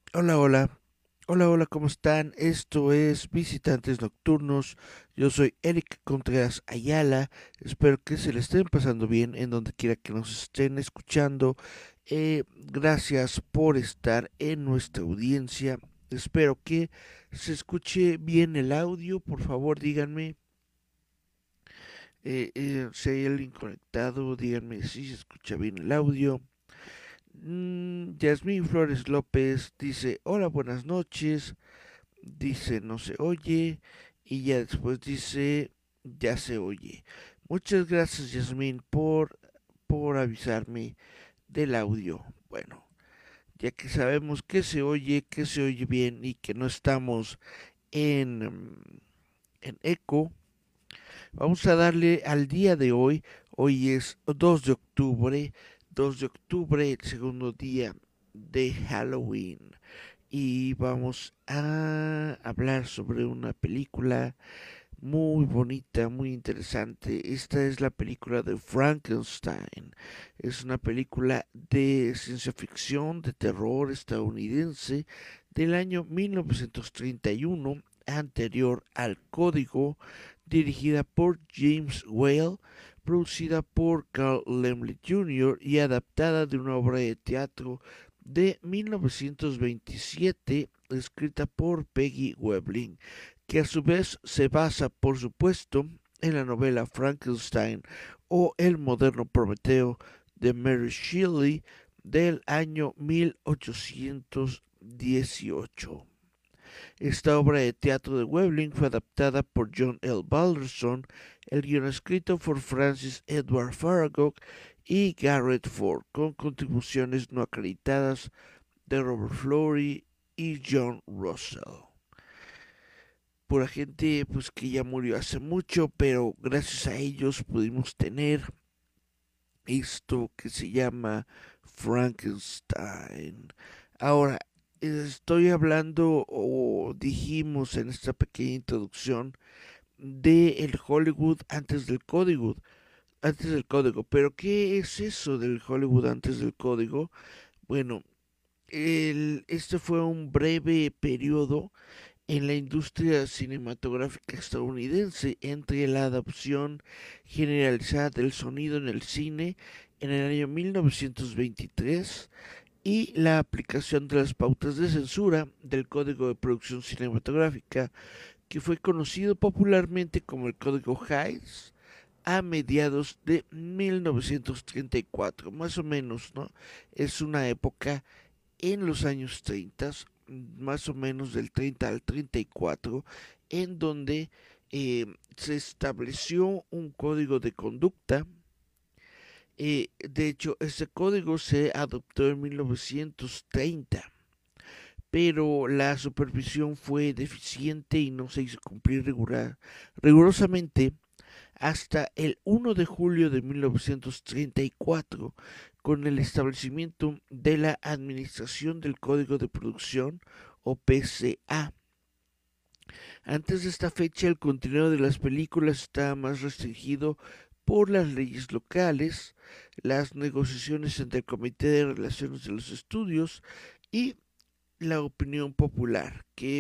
Hola, hola. Hola, hola, ¿cómo están? Esto es Visitantes Nocturnos. Yo soy Eric Contreras Ayala. Espero que se le estén pasando bien en donde quiera que nos estén escuchando. Gracias por estar en nuestra audiencia. Espero que se escuche bien el audio. Por favor, díganme si hay alguien conectado. Díganme si se escucha bien el audio. Yasmín Flores López dice, hola, buenas noches. Dice no se oye y ya después dice ya se oye. Muchas gracias, Yasmín, por avisarme del audio. Bueno, ya que sabemos que se oye bien y que no estamos en eco, vamos a darle al día de hoy. Hoy es 2 de octubre, 2 de octubre, el segundo día de Halloween. Y vamos a hablar sobre una película muy bonita, muy interesante. Esta es la película de Frankenstein. Es una película de ciencia ficción, de terror estadounidense del año 1931, anterior al Código, dirigida por James Whale, producida por Carl Laemmle Jr. y adaptada de una obra de teatro de 1927, escrita por Peggy Webling, que a su vez se basa, por supuesto, en la novela Frankenstein o El moderno Prometeo de Mary Shelley del año 1818. Esta obra de teatro de Webling fue adaptada por John L. Balderson, el guion escrito por Francis Edward Farragut y Garrett Ford, con contribuciones no acreditadas de Robert Florey y John Russell. Pura gente pues que ya murió hace mucho, pero gracias a ellos pudimos tener esto que se llama Frankenstein. Ahora, estoy hablando o dijimos en esta pequeña introducción de el Hollywood antes del código, pero ¿qué es eso del Hollywood antes del código? Bueno, este fue un breve periodo en la industria cinematográfica estadounidense entre la adopción generalizada del sonido en el cine en el año 1923 y la aplicación de las pautas de censura del Código de Producción Cinematográfica, que fue conocido popularmente como el Código Hays a mediados de 1934, más o menos, ¿no? Es una época en los años 30, más o menos del 30 al 34, en donde se estableció un código de conducta. De hecho, ese código se adoptó en 1930, pero la supervisión fue deficiente y no se hizo cumplir rigurosamente hasta el 1 de julio de 1934, con el establecimiento de la Administración del Código de Producción, o PCA. Antes de esta fecha, el contenido de las películas estaba más restringido por las leyes locales, las negociaciones entre el Comité de Relaciones de los Estudios y la opinión popular, que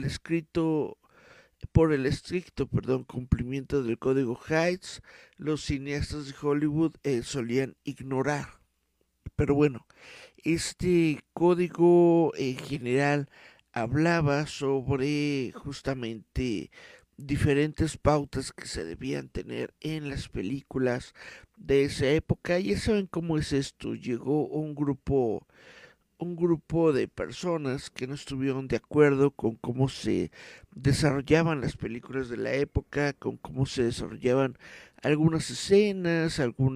por el estricto, cumplimiento del código Heights, los cineastas de Hollywood solían ignorar. Pero bueno, este código en general hablaba sobre justamente diferentes pautas que se debían tener en las películas de esa época. Ya saben cómo es esto. Llegó un grupo de personas que no estuvieron de acuerdo con cómo se desarrollaban las películas de la época, con cómo se desarrollaban algunas escenas,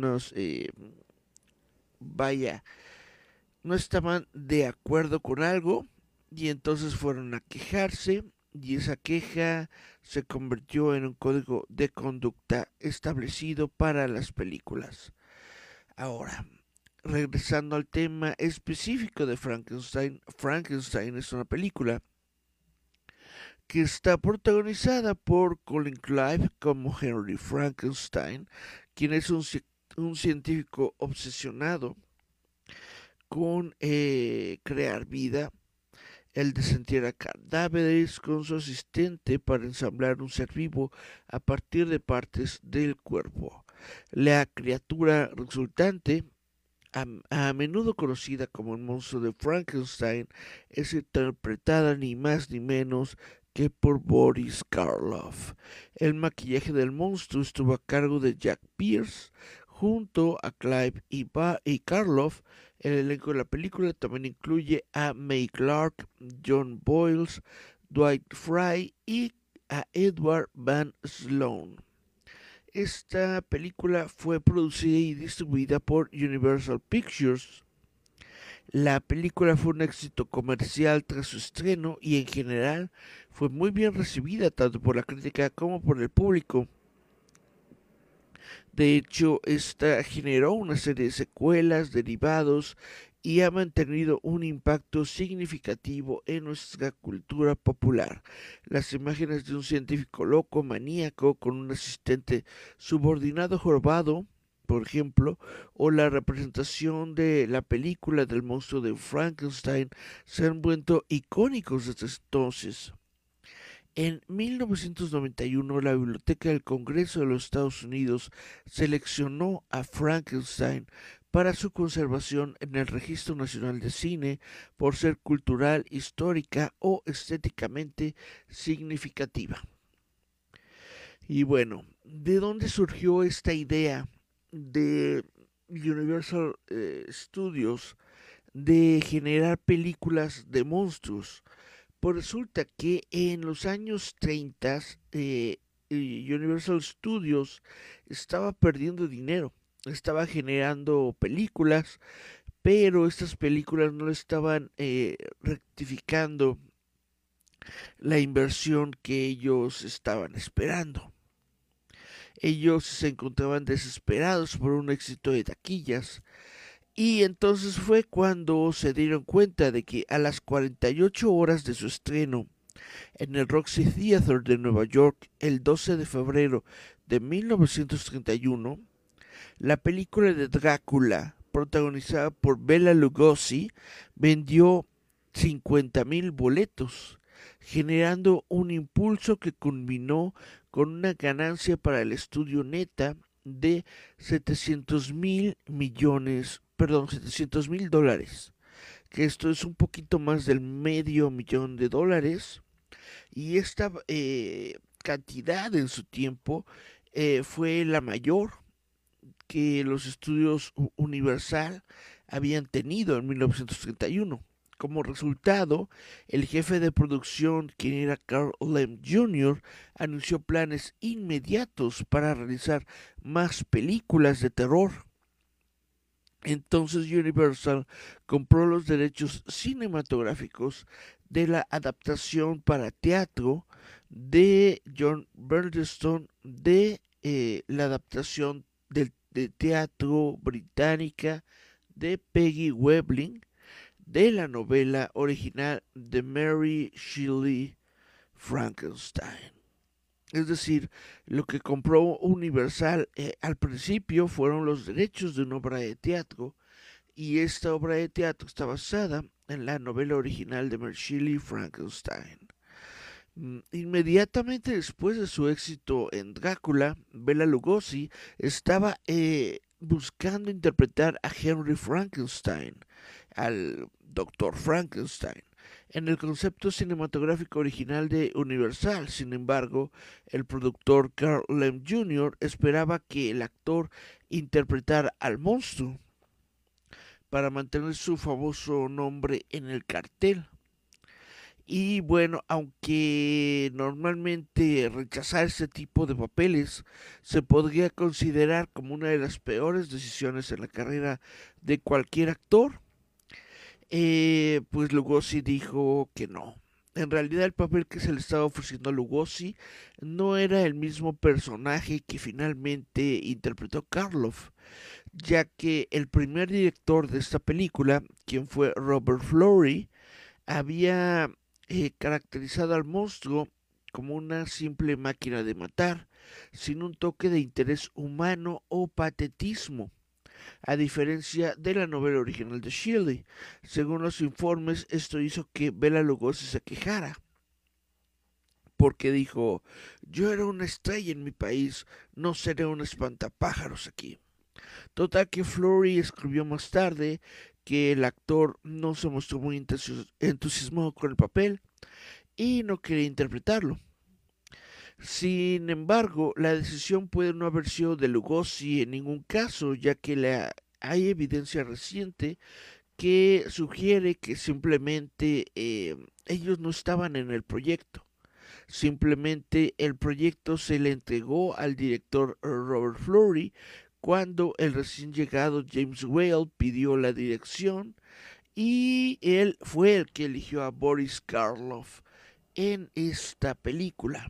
vaya, no estaban de acuerdo con algo y entonces fueron a quejarse y esa queja se convirtió en un código de conducta establecido para las películas. Ahora, regresando al tema específico de Frankenstein, Frankenstein es una película que está protagonizada por Colin Clive como Henry Frankenstein, quien es un científico obsesionado con crear vida. Él desentierra cadáveres con su asistente para ensamblar un ser vivo a partir de partes del cuerpo. La criatura resultante, a menudo conocida como el monstruo de Frankenstein, es interpretada ni más ni menos que por Boris Karloff. El maquillaje del monstruo estuvo a cargo de Jack Pierce, junto a Clive y Karloff. El elenco de la película también incluye a Mae Clark, John Boyles, Dwight Frye y a Edward Van Sloan. Esta película fue producida y distribuida por Universal Pictures. La película fue un éxito comercial tras su estreno y en general fue muy bien recibida tanto por la crítica como por el público. De hecho, esta generó una serie de secuelas, derivados y ha mantenido un impacto significativo en nuestra cultura popular. Las imágenes de un científico loco, maníaco, con un asistente subordinado jorobado, por ejemplo, o la representación de la película del monstruo de Frankenstein se han vuelto icónicos desde entonces. En 1991, la Biblioteca del Congreso de los Estados Unidos seleccionó a Frankenstein para su conservación en el Registro Nacional de Cine por ser cultural, histórica o estéticamente significativa. Y bueno, ¿de dónde surgió esta idea de Universal Studios de generar películas de monstruos? Pues resulta que en los años 30 Universal Studios estaba perdiendo dinero, estaba generando películas, pero estas películas no estaban rectificando la inversión que ellos estaban esperando. Ellos se encontraban desesperados por un éxito de taquillas. Y entonces fue cuando se dieron cuenta de que a las 48 horas de su estreno en el Roxy Theater de Nueva York el 12 de febrero de 1931, la película de Drácula, protagonizada por Bela Lugosi, vendió 50,000 boletos, generando un impulso que culminó con una ganancia para el estudio neta de 700 mil dólares, que esto es un poquito más del $500,000, y esta cantidad en su tiempo fue la mayor que los estudios Universal habían tenido en 1931. Como resultado, el jefe de producción, quien era Carl Lem Jr., anunció planes inmediatos para realizar más películas de terror. Entonces Universal compró los derechos cinematográficos de la adaptación para teatro de John Burleston de la adaptación de teatro británica de Peggy Webling de la novela original de Mary Shelley, Frankenstein. Es decir, lo que compró Universal al principio fueron los derechos de una obra de teatro, y esta obra de teatro está basada en la novela original de Mary Shelley, Frankenstein. Inmediatamente después de su éxito en Drácula, Bela Lugosi estaba buscando interpretar a Henry Frankenstein, al Doctor Frankenstein, en el concepto cinematográfico original de Universal. Sin embargo, el productor Carl Lem Jr. esperaba que el actor interpretara al monstruo para mantener su famoso nombre en el cartel. Y bueno, aunque normalmente rechazar este tipo de papeles se podría considerar como una de las peores decisiones en la carrera de cualquier actor, pues Lugosi dijo que no. En realidad el papel que se le estaba ofreciendo a Lugosi no era el mismo personaje que finalmente interpretó Karloff, ya que el primer director de esta película, quien fue Robert Florey, había caracterizado al monstruo como una simple máquina de matar, sin un toque de interés humano o patetismo. a diferencia de la novela original de Shelley. Según los informes, esto hizo que Bela Lugosi se quejara, porque dijo: yo era una estrella en mi país, no seré un espantapájaros aquí. Total que Flory escribió más tarde que el actor no se mostró muy entusiasmado con el papel y no quería interpretarlo. Sin embargo, la decisión puede no haber sido de Lugosi en ningún caso, ya que hay evidencia reciente que sugiere que simplemente ellos no estaban en el proyecto. Simplemente el proyecto se le entregó al director Robert Florey cuando el recién llegado James Whale pidió la dirección, y él fue el que eligió a Boris Karloff en esta película.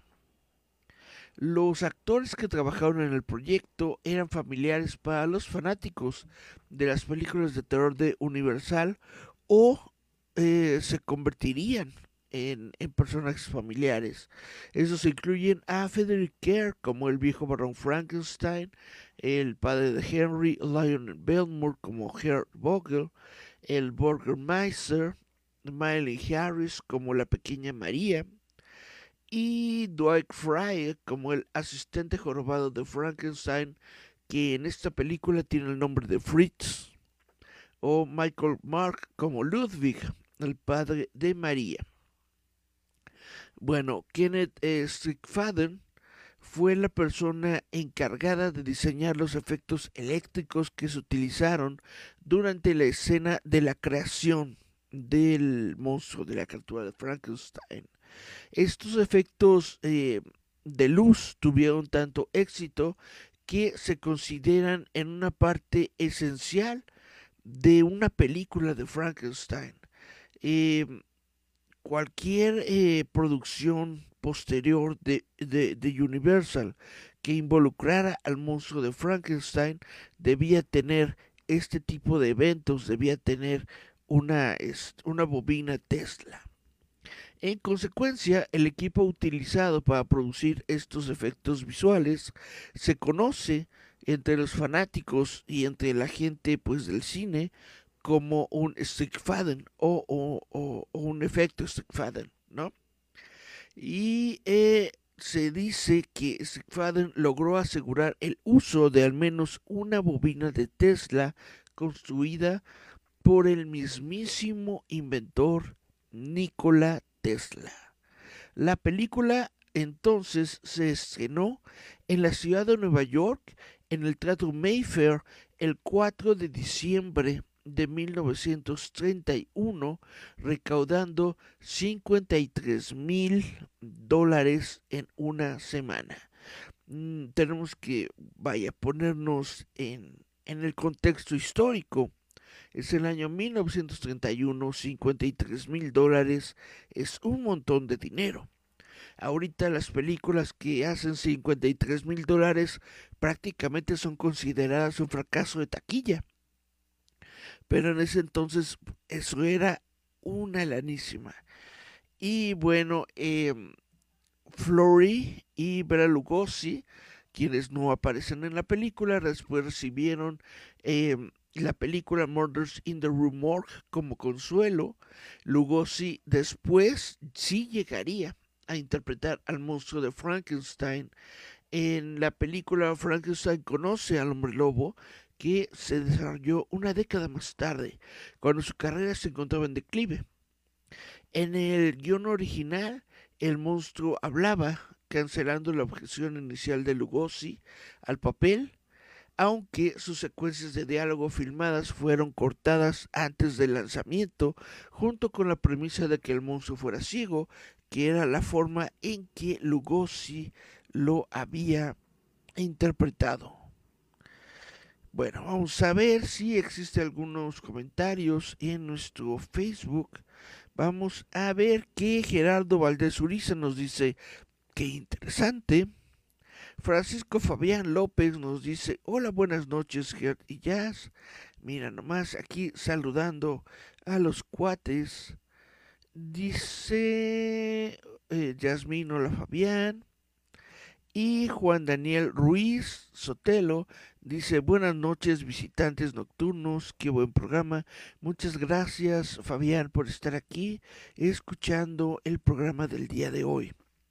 Los actores que trabajaron en el proyecto eran familiares para los fanáticos de las películas de terror de Universal, o se convertirían en personajes familiares. Esos incluyen a Frederick Kerr como el viejo barón Frankenstein, el padre de Henry, Lionel Belmore como Herr Vogel, el Burgermeister, Miley Harris como la pequeña María, y Dwight Frye como el asistente jorobado de Frankenstein, que en esta película tiene el nombre de Fritz, o Michael Mark como Ludwig, el padre de María. Bueno, Kenneth Strickfaden fue la persona encargada de diseñar los efectos eléctricos que se utilizaron durante la escena de la creación del monstruo, de la criatura de Frankenstein. Estos efectos de luz tuvieron tanto éxito que se consideran en una parte esencial de una película de Frankenstein. Eh, Cualquier producción posterior de Universal que involucrara al monstruo de Frankenstein debía tener este tipo de eventos, debía tener una bobina Tesla. En consecuencia, el equipo utilizado para producir estos efectos visuales se conoce entre los fanáticos y entre la gente pues del cine como un Strickfaden o un efecto Strickfaden, ¿no? Y se dice que Strickfaden logró asegurar el uso de al menos una bobina de Tesla construida por el mismísimo inventor Nikola Tesla. La película entonces se estrenó en la ciudad de Nueva York, en el Teatro Mayfair, el 4 de diciembre de 1931, recaudando $53,000 en una semana. Tenemos que, ponernos en el contexto histórico. Es el año 1931, $53,000 es un montón de dinero. Ahorita las películas que hacen $53,000 prácticamente son consideradas un fracaso de taquilla. Pero en ese entonces eso era una lanísima. Y bueno, Flory y Bela Lugosi, quienes no aparecen en la película, después recibieron la película Murders in the Rue Morgue como consuelo. Lugosi después sí llegaría a interpretar al monstruo de Frankenstein. En la película Frankenstein conoce al hombre lobo, que se desarrolló una década más tarde, cuando su carrera se encontraba en declive. En el guión original, el monstruo hablaba, cancelando la objeción inicial de Lugosi al papel, aunque sus secuencias de diálogo filmadas fueron cortadas antes del lanzamiento, junto con la premisa de que el monstruo fuera ciego, que era la forma en que Lugosi lo había interpretado. Bueno, vamos a ver si existen algunos comentarios en nuestro Facebook. Vamos a ver que Gerardo Valdés Uriza nos dice: qué interesante. Francisco Fabián López nos dice: hola, buenas noches, Gert y Jazz. Mira nomás, aquí saludando a los cuates. Dice Yasmín: hola, Fabián. Y Juan Daniel Ruiz Sotelo dice, buenas noches visitantes nocturnos, qué buen programa. Muchas gracias Fabián por estar aquí escuchando el programa del día de hoy.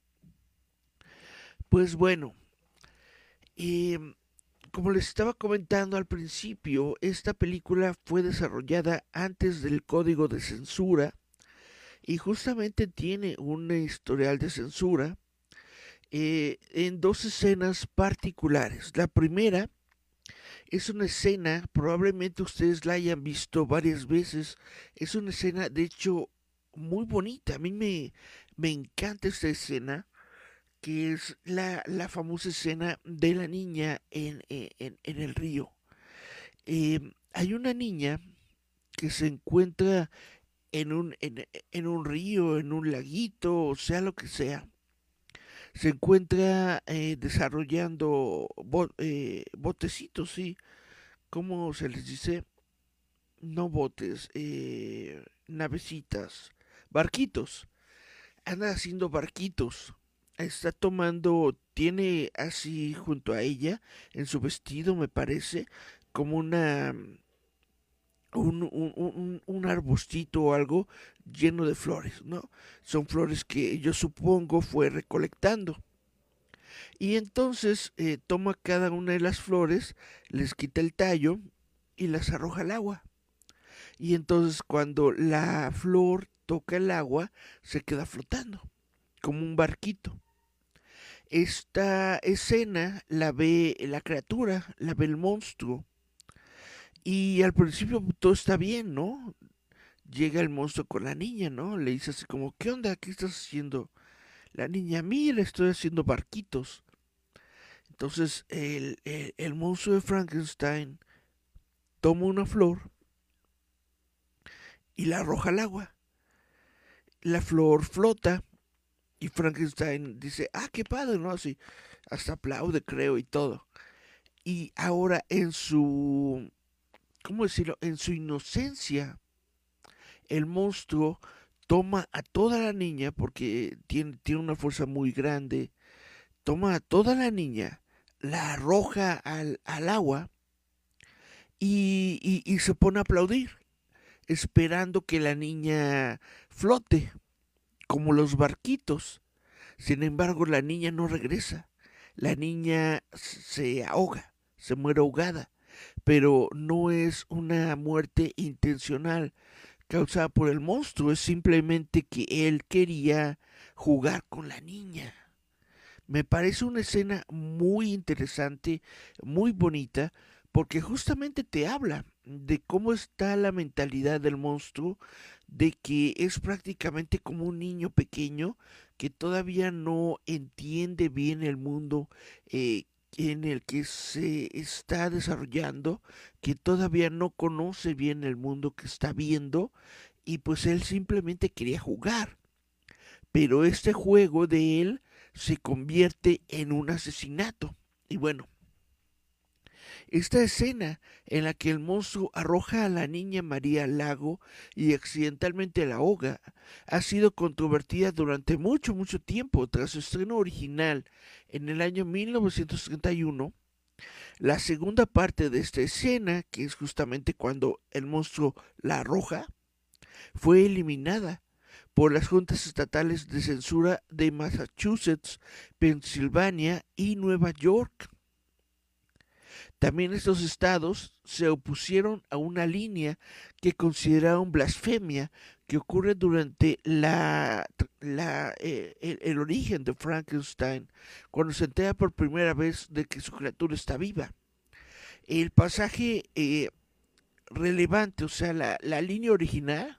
Pues bueno, eh, como les estaba comentando al principio, esta película fue desarrollada antes del código de censura y justamente tiene un historial de censura en dos escenas particulares. La primera es una escena, probablemente ustedes la hayan visto varias veces, es una escena de hecho muy bonita, a mí me encanta esta escena, que es la famosa escena de la niña en el río. Hay una niña que se encuentra en un río, en un laguito, o sea lo que sea, se encuentra desarrollando botecitos, sí, ¿cómo se les dice? No botes, navecitas, barquitos. Anda haciendo barquitos. Está tomando, tiene así junto a ella, en su vestido me parece, como un arbustito o algo lleno de flores, ¿no? Son flores que yo supongo fue recolectando. Y entonces toma cada una de las flores, les quita el tallo y las arroja al agua. Y entonces cuando la flor toca el agua, se queda flotando, como un barquito. Esta escena la ve la criatura, la ve el monstruo. Y al principio todo está bien, ¿no? Llega el monstruo con la niña, ¿no? Le dice así como, ¿qué onda? ¿Qué estás haciendo? La niña, mira, estoy haciendo barquitos. Entonces el monstruo de Frankenstein toma una flor y la arroja al agua. La flor flota y Frankenstein dice, ah, qué padre, ¿no? Así, hasta aplaude, creo, y todo. Y ahora en su, ¿cómo decirlo? En su inocencia, el monstruo toma a toda la niña, porque tiene una fuerza muy grande, toma a toda la niña, la arroja al agua y se pone a aplaudir, esperando que la niña flote, como los barquitos. Sin embargo, la niña no regresa. La niña se ahoga, se muere ahogada, pero no es una muerte intencional causada por el monstruo, es simplemente que él quería jugar con la niña. Me parece una escena muy interesante, muy bonita, porque justamente te habla de cómo está la mentalidad del monstruo, de que es prácticamente como un niño pequeño que todavía no entiende bien el mundo en el que se está desarrollando, que todavía no conoce bien el mundo que está viendo, y pues él simplemente quería jugar. Pero este juego de él se convierte en un asesinato. Y bueno, esta escena en la que el monstruo arroja a la niña María al lago y accidentalmente la ahoga ha sido controvertida durante mucho, mucho tiempo. Tras su estreno original en el año 1931, la segunda parte de esta escena, que es justamente cuando el monstruo la arroja, fue eliminada por las juntas estatales de censura de Massachusetts, Pensilvania y Nueva York. También estos estados se opusieron a una línea que consideraron blasfemia que ocurre durante el origen de Frankenstein, cuando se entera por primera vez de que su criatura está viva. El pasaje relevante, o sea, la línea original,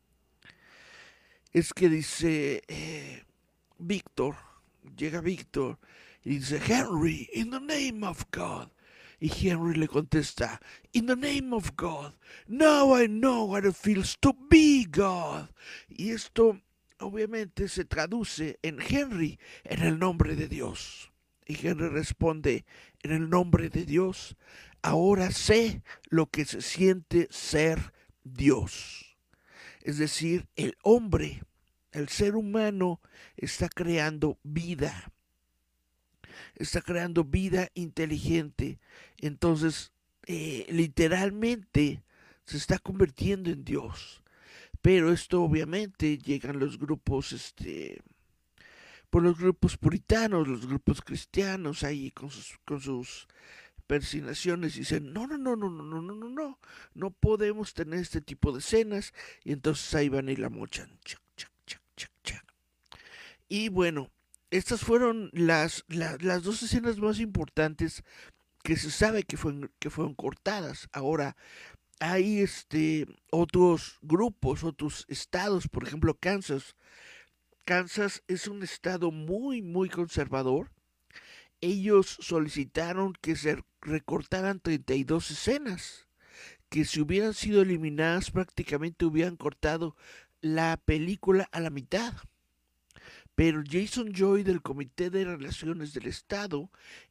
es que dice Víctor, llega Víctor y dice, Henry, in the name of God. Y Henry le contesta, in the name of God, now I know what it feels to be God. Y esto obviamente se traduce en Henry, en el nombre de Dios. Y Henry responde, en el nombre de Dios, ahora sé lo que se siente ser Dios. Es decir, el hombre, el ser humano, está creando vida. está creando vida inteligente. Entonces, literalmente se está convirtiendo en Dios. Pero esto obviamente llegan los grupos, por los grupos puritanos, los grupos cristianos ahí con sus persinaciones y dicen, no, no, no, no, no, no, no, no, no, no podemos tener este tipo de escenas. Y entonces ahí van y la mochan. Chac, chac, chac, chac, chac. Y bueno, estas fueron las dos escenas más importantes que se sabe que fueron cortadas. Ahora, hay otros grupos, otros estados, por ejemplo Kansas. Kansas es un estado muy, muy conservador. Ellos solicitaron que se recortaran 32 escenas, que si hubieran sido eliminadas prácticamente hubieran cortado la película a la mitad. Pero Jason Joy del Comité de Relaciones del Estado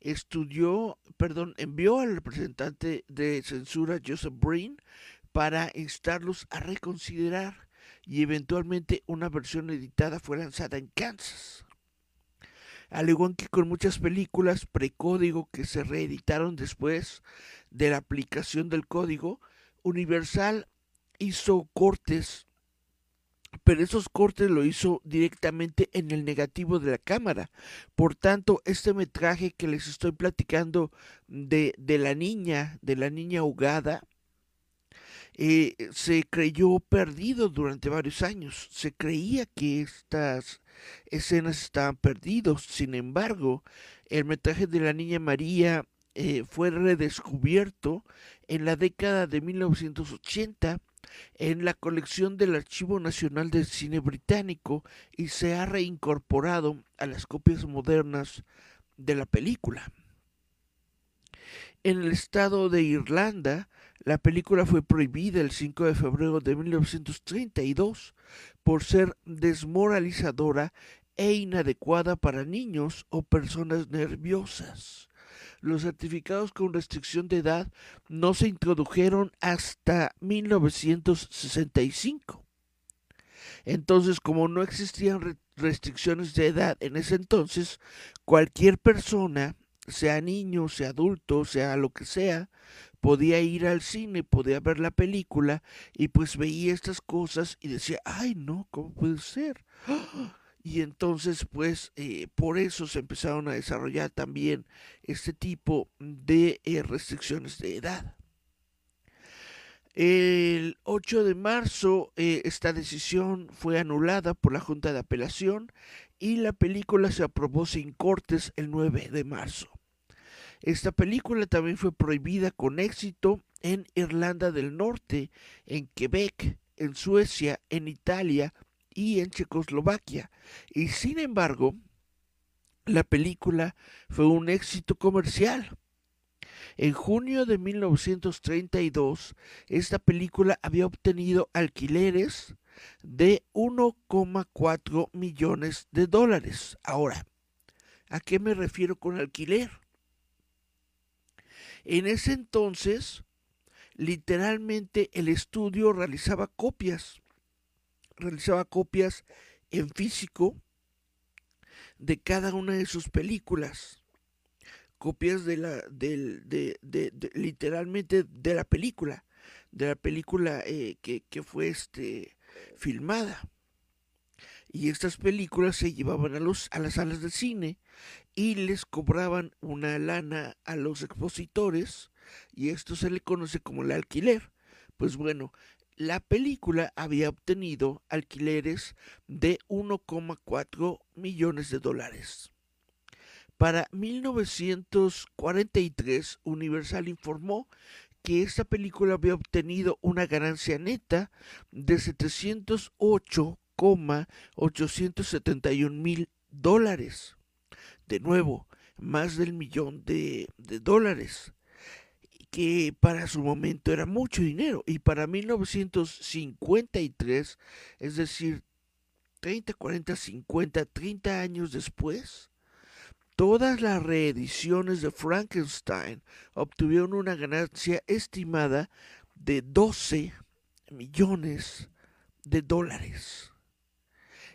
envió al representante de censura Joseph Breen para instarlos a reconsiderar y eventualmente una versión editada fue lanzada en Kansas. Al igual que con muchas películas precódigo que se reeditaron después de la aplicación del código, Universal hizo cortes, pero esos cortes lo hizo directamente en el negativo de la cámara. Por tanto, este metraje que les estoy platicando de la niña ahogada, se creyó perdido durante varios años. Se creía que estas escenas estaban perdidos. Sin embargo, el metraje de la niña María fue redescubierto en la década de 1980 en la colección del Archivo Nacional del Cine Británico y se ha reincorporado a las copias modernas de la película. En el estado de Irlanda, la película fue prohibida el 5 de febrero de 1932 por ser desmoralizadora e inadecuada para niños o personas nerviosas. Los certificados con restricción de edad no se introdujeron hasta 1965. Entonces, como no existían restricciones de edad en ese entonces, cualquier persona, sea niño, sea adulto, sea lo que sea, podía ir al cine, podía ver la película y pues veía estas cosas y decía, ay no, ¿cómo puede ser? Y entonces pues por eso se empezaron a desarrollar también este tipo de restricciones de edad. El 8 de marzo esta decisión fue anulada por la Junta de Apelación y la película se aprobó sin cortes el 9 de marzo. Esta película también fue prohibida con éxito en Irlanda del Norte, en Quebec, en Suecia, en Italia y en Checoslovaquia. Y sin embargo, la película fue un éxito comercial. En junio de 1932, esta película había obtenido alquileres de 1,4 millones de dólares. Ahora, ¿a qué me refiero con alquiler? En ese entonces, literalmente el estudio realizaba copias en físico de cada una de sus películas. Copias literalmente de la película que fue filmada. Y estas películas se llevaban a las salas de cine y les cobraban una lana a los expositores y esto se le conoce como el alquiler. Pues bueno, la película había obtenido alquileres de 1,4 millones de dólares. Para 1943, Universal informó que esta película había obtenido una ganancia neta de 708,871 mil dólares. De nuevo, más del millón de dólares, que para su momento era mucho dinero. Y para 1953, es decir, 30, 40, 50, 30 años después, todas las reediciones de Frankenstein obtuvieron una ganancia estimada de 12 millones de dólares.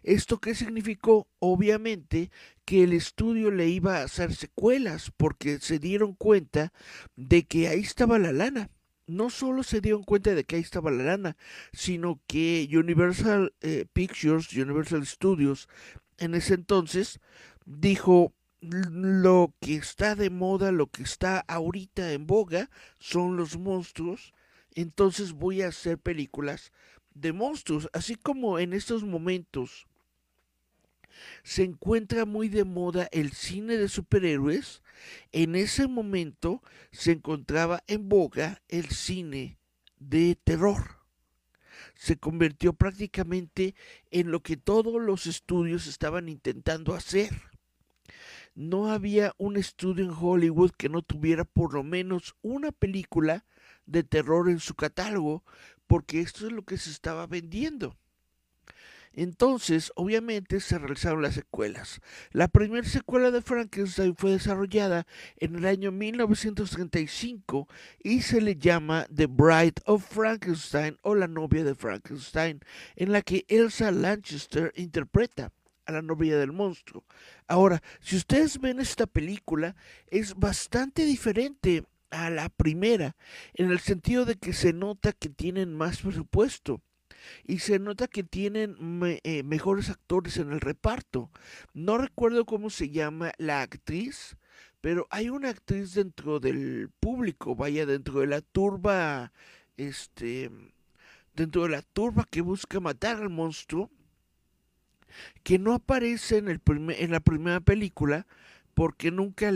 ¿Esto qué significó? Obviamente que el estudio le iba a hacer secuelas porque se dieron cuenta de que ahí estaba la lana. No solo se dieron cuenta de que ahí estaba la lana, sino que Universal Pictures, Universal Studios, en ese entonces dijo, lo que está de moda, lo que está ahorita en boga son los monstruos, entonces voy a hacer películas de monstruos, así como en estos momentos se encuentra muy de moda el cine de superhéroes, en ese momento se encontraba en boga el cine de terror. Se convirtió prácticamente en lo que todos los estudios estaban intentando hacer. No había un estudio en Hollywood que no tuviera por lo menos una película de terror en su catálogo, porque esto es lo que se estaba vendiendo. Entonces, obviamente, se realizaron las secuelas. La primera secuela de Frankenstein fue desarrollada en el año 1935 y se le llama The Bride of Frankenstein o La novia de Frankenstein, en la que Elsa Lanchester interpreta a la novia del monstruo. Ahora, si ustedes ven esta película, es bastante diferente a la primera, en el sentido de que se nota que tienen más presupuesto y se nota que tienen mejores actores en el reparto. No recuerdo cómo se llama la actriz, pero hay una actriz dentro del público, vaya, dentro de la turba, este, dentro de la turba que busca matar al monstruo, que no aparece en la primera película porque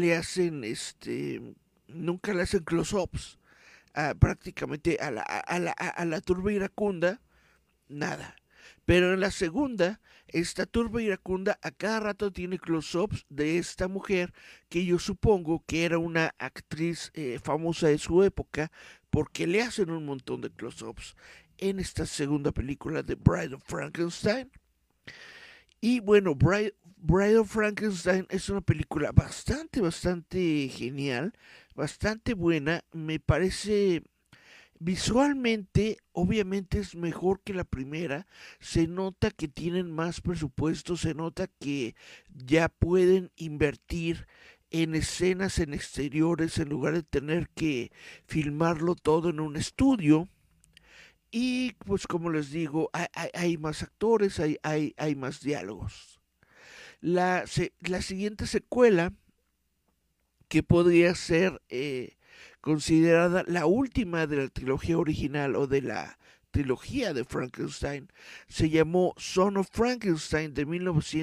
nunca le hacen close-ups prácticamente a la turba iracunda, nada. Pero en la segunda, esta turba iracunda a cada rato tiene close-ups de esta mujer que yo supongo que era una actriz famosa de su época porque le hacen un montón de close-ups en esta segunda película de Bride of Frankenstein. Y bueno, Bride of Frankenstein es una película bastante genial, bastante buena. Me parece visualmente, obviamente es mejor que la primera. Se nota que tienen más presupuesto, se nota que ya pueden invertir en escenas en exteriores en lugar de tener que filmarlo todo en un estudio. Y pues como les digo, hay más actores, hay más diálogos. La siguiente secuela, que podría ser considerada la última de la trilogía original o de la trilogía de Frankenstein, se llamó Son of Frankenstein de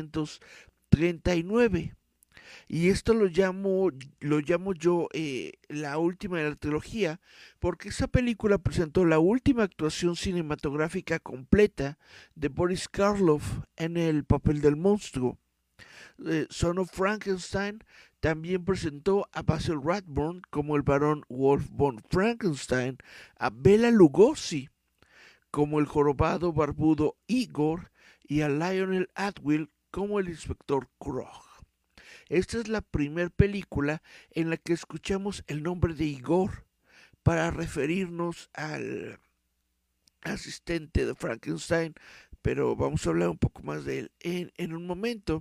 1939. Y esto lo llamo yo la última de la trilogía, porque esa película presentó la última actuación cinematográfica completa de Boris Karloff en el papel del monstruo. Son of Frankenstein también presentó a Basil Rathbone como el barón Wolf von Frankenstein, a Bela Lugosi como el jorobado barbudo Igor y a Lionel Atwill como el inspector Krog. Esta es la primera película en la que escuchamos el nombre de Igor para referirnos al asistente de Frankenstein, pero vamos a hablar un poco más de él en un momento.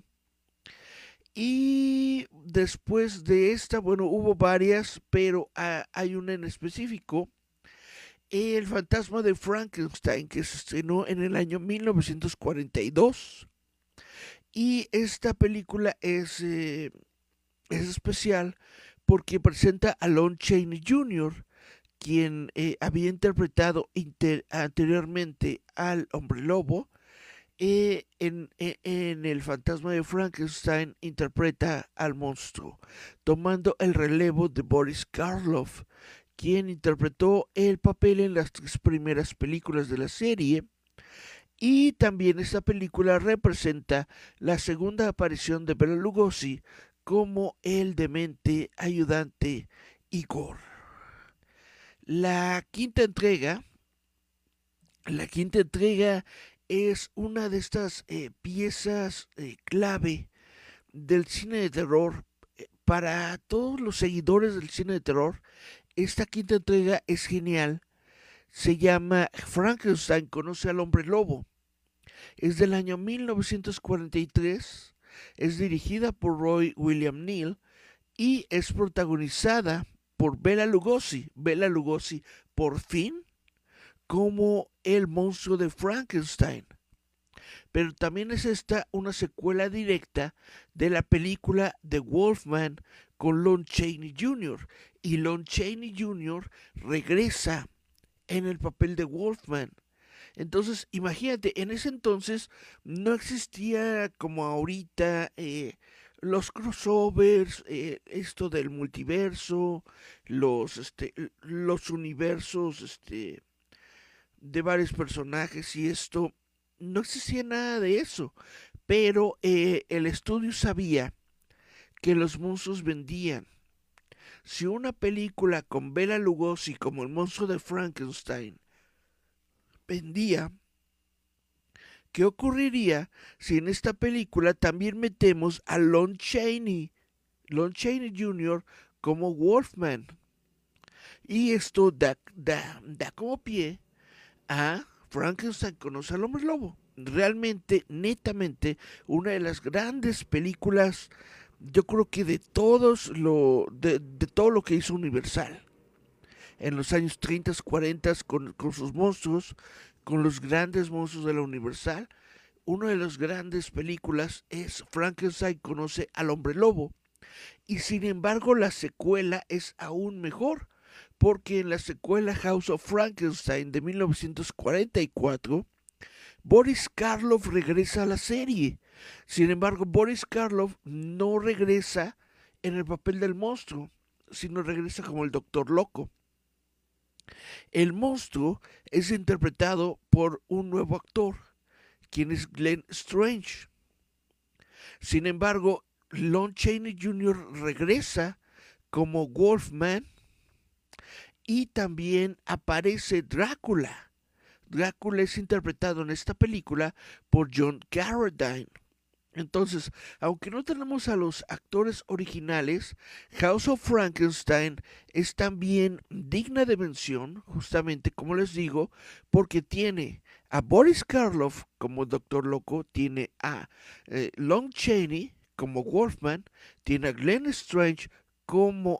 Y después de esta, bueno, hubo varias, pero hay una en específico, El fantasma de Frankenstein, que se estrenó en el año 1942. Y esta película es especial porque presenta a Lon Chaney Jr., quien había interpretado anteriormente al hombre lobo. En El fantasma de Frankenstein interpreta al monstruo, tomando el relevo de Boris Karloff, quien interpretó el papel en las tres primeras películas de la serie. Y también esta película representa la segunda aparición de Bela Lugosi como el demente ayudante Igor. La quinta entrega, la quinta entrega es una de estas piezas clave del cine de terror. Para todos los seguidores del cine de terror, esta quinta entrega es genial. Se llama Frankenstein conoce al hombre lobo. Es del año 1943, es dirigida por Roy William Neill y es protagonizada por Bela Lugosi. Bela Lugosi, por fin, como el monstruo de Frankenstein. Pero también es esta una secuela directa de la película The Wolfman con Lon Chaney Jr. Y Lon Chaney Jr. regresa en el papel de Wolfman. Entonces, imagínate, en ese entonces no existía como ahorita los crossovers, esto del multiverso, los universos de varios personajes y esto. No existía nada de eso, pero el estudio sabía que los monstruos vendían. Si una película con Bela Lugosi como el monstruo de Frankenstein vendía, ¿qué ocurriría si en esta película también metemos a Lon Chaney Jr. como Wolfman? Y esto da como pie a Frankenstein conoce al hombre lobo. Realmente, netamente, una de las grandes películas, yo creo que de todo lo que hizo Universal en los años 30, 40 con sus monstruos, con los grandes monstruos de la Universal. Una de las grandes películas es Frankenstein conoce al hombre lobo. Y sin embargo, la secuela es aún mejor, porque en la secuela House of Frankenstein de 1944, Boris Karloff regresa a la serie. Sin embargo, Boris Karloff no regresa en el papel del monstruo, sino regresa como el Doctor Loco. El monstruo es interpretado por un nuevo actor, quien es Glenn Strange. Sin embargo, Lon Chaney Jr. regresa como Wolfman y también aparece Drácula. Drácula es interpretado en esta película por John Carradine. Entonces, aunque no tenemos a los actores originales, House of Frankenstein es también digna de mención, justamente como les digo, porque tiene a Boris Karloff como Doctor Loco, tiene a Lon Chaney como Wolfman, tiene a Glenn Strange como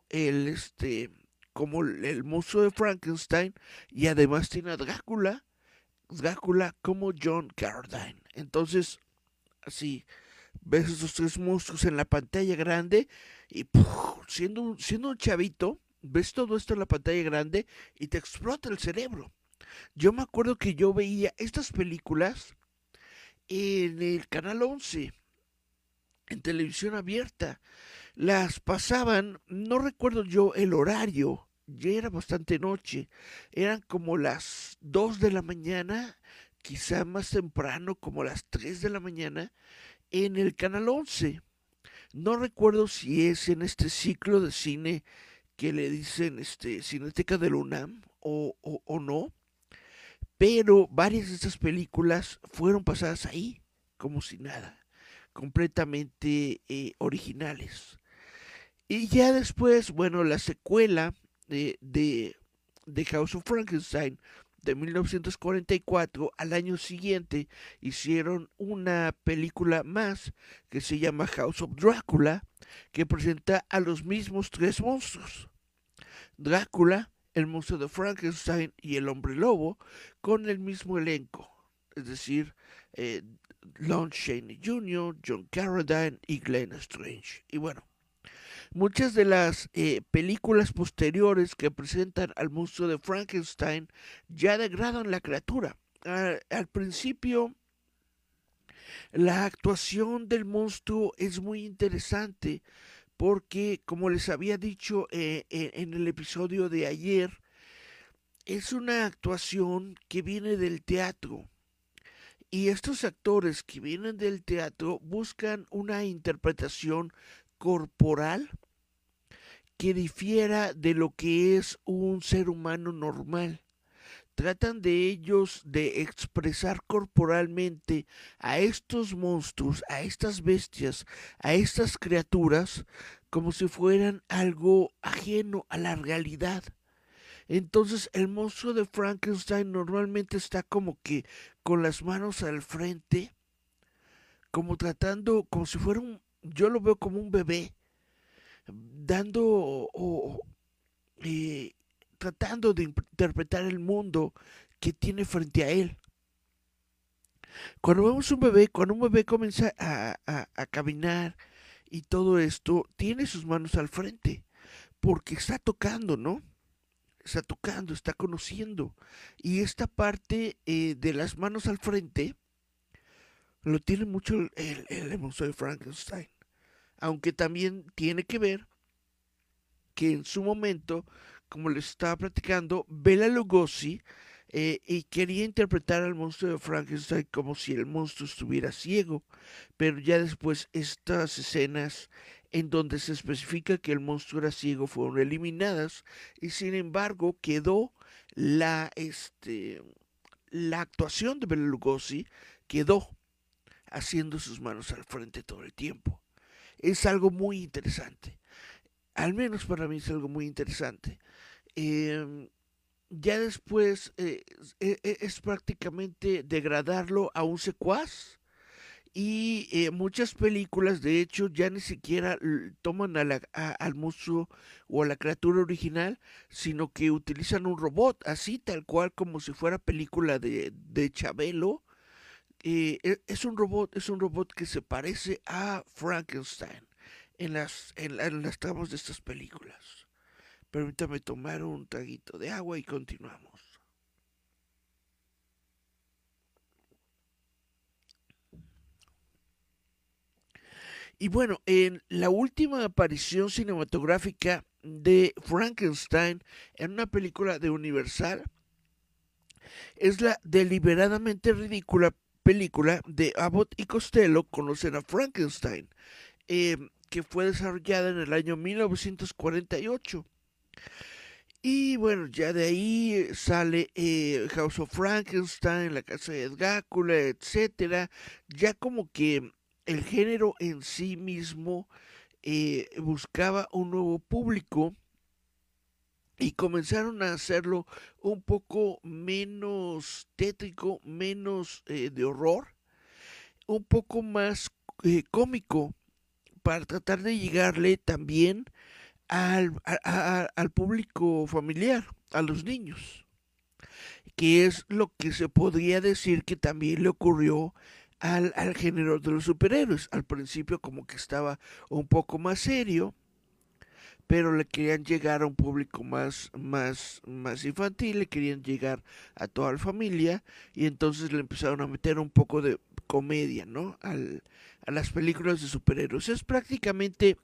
como el monstruo de Frankenstein y además tiene a Drácula como John Carradine. Entonces, así ves esos tres monstruos en la pantalla grande y siendo un chavito, ves todo esto en la pantalla grande y te explota el cerebro. Yo me acuerdo que yo veía estas películas en el canal 11, en televisión abierta. Las pasaban, no recuerdo yo el horario, ya era bastante noche, eran como las 2 de la mañana, quizá más temprano, como las 3 de la mañana, en el canal 11. No recuerdo si es en este ciclo de cine que le dicen Cineteca del UNAM o no, pero varias de estas películas fueron pasadas ahí, como si nada, completamente originales. Y ya después, bueno, la secuela de House of Frankenstein de 1944, al año siguiente hicieron una película más que se llama House of Drácula, que presenta a los mismos tres monstruos. Drácula, el monstruo de Frankenstein y el hombre lobo, con el mismo elenco. Es decir, eh, Lon Chaney Jr., John Carradine y Glenn Strange. Y bueno, muchas de las películas posteriores que presentan al monstruo de Frankenstein ya degradan la criatura. Al principio, la actuación del monstruo es muy interesante porque, como les había dicho en el episodio de ayer, es una actuación que viene del teatro. Y estos actores que vienen del teatro buscan una interpretación corporal que difiera de lo que es un ser humano normal. Tratan de ellos de expresar corporalmente a estos monstruos, a estas bestias, a estas criaturas, como si fueran algo ajeno a la realidad. Entonces el monstruo de Frankenstein normalmente está como que con las manos al frente, como tratando, como si fuera un, yo lo veo como un bebé, dando o eh, tratando de interpretar el mundo que tiene frente a él. Cuando vemos un bebé, cuando un bebé comienza a caminar y todo esto, tiene sus manos al frente, porque está tocando, ¿no? Está tocando, está conociendo. Y esta parte de las manos al frente lo tiene mucho el monstruo de Frankenstein. Aunque también tiene que ver que en su momento, como les estaba platicando, Bela Lugosi y quería interpretar al monstruo de Frankenstein como si el monstruo estuviera ciego, pero ya después estas escenas en donde se especifica que el monstruo era ciego fueron eliminadas y sin embargo quedó la, este, la actuación de Bela Lugosi, quedó haciendo sus manos al frente todo el tiempo. Es algo muy interesante. Al menos para mí es algo muy interesante. Eh, ya después es prácticamente degradarlo a un secuaz. Y muchas películas, de hecho, ya ni siquiera toman al monstruo o a la criatura original, sino que utilizan un robot, así tal cual como si fuera película de Chabelo. Es un robot que se parece a Frankenstein en las tramas de estas películas. Permítame tomar un traguito de agua y continuamos. Y bueno, en la última aparición cinematográfica de Frankenstein en una película de Universal es la deliberadamente ridícula película de Abbott y Costello Conocer a Frankenstein, que fue desarrollada en el año 1948. Y bueno, ya de ahí sale House of Frankenstein, La Casa de Drácula, etcétera. Ya como que el género en sí mismo buscaba un nuevo público y comenzaron a hacerlo un poco menos tétrico, menos de horror, un poco más cómico para tratar de llegarle también al público familiar, a los niños, que es lo que se podría decir que también le ocurrió al género de los superhéroes. Al principio como que estaba un poco más serio, pero le querían llegar a un público más infantil, le querían llegar a toda la familia y entonces le empezaron a meter un poco de comedia, ¿no? A las películas de superhéroes. Es prácticamente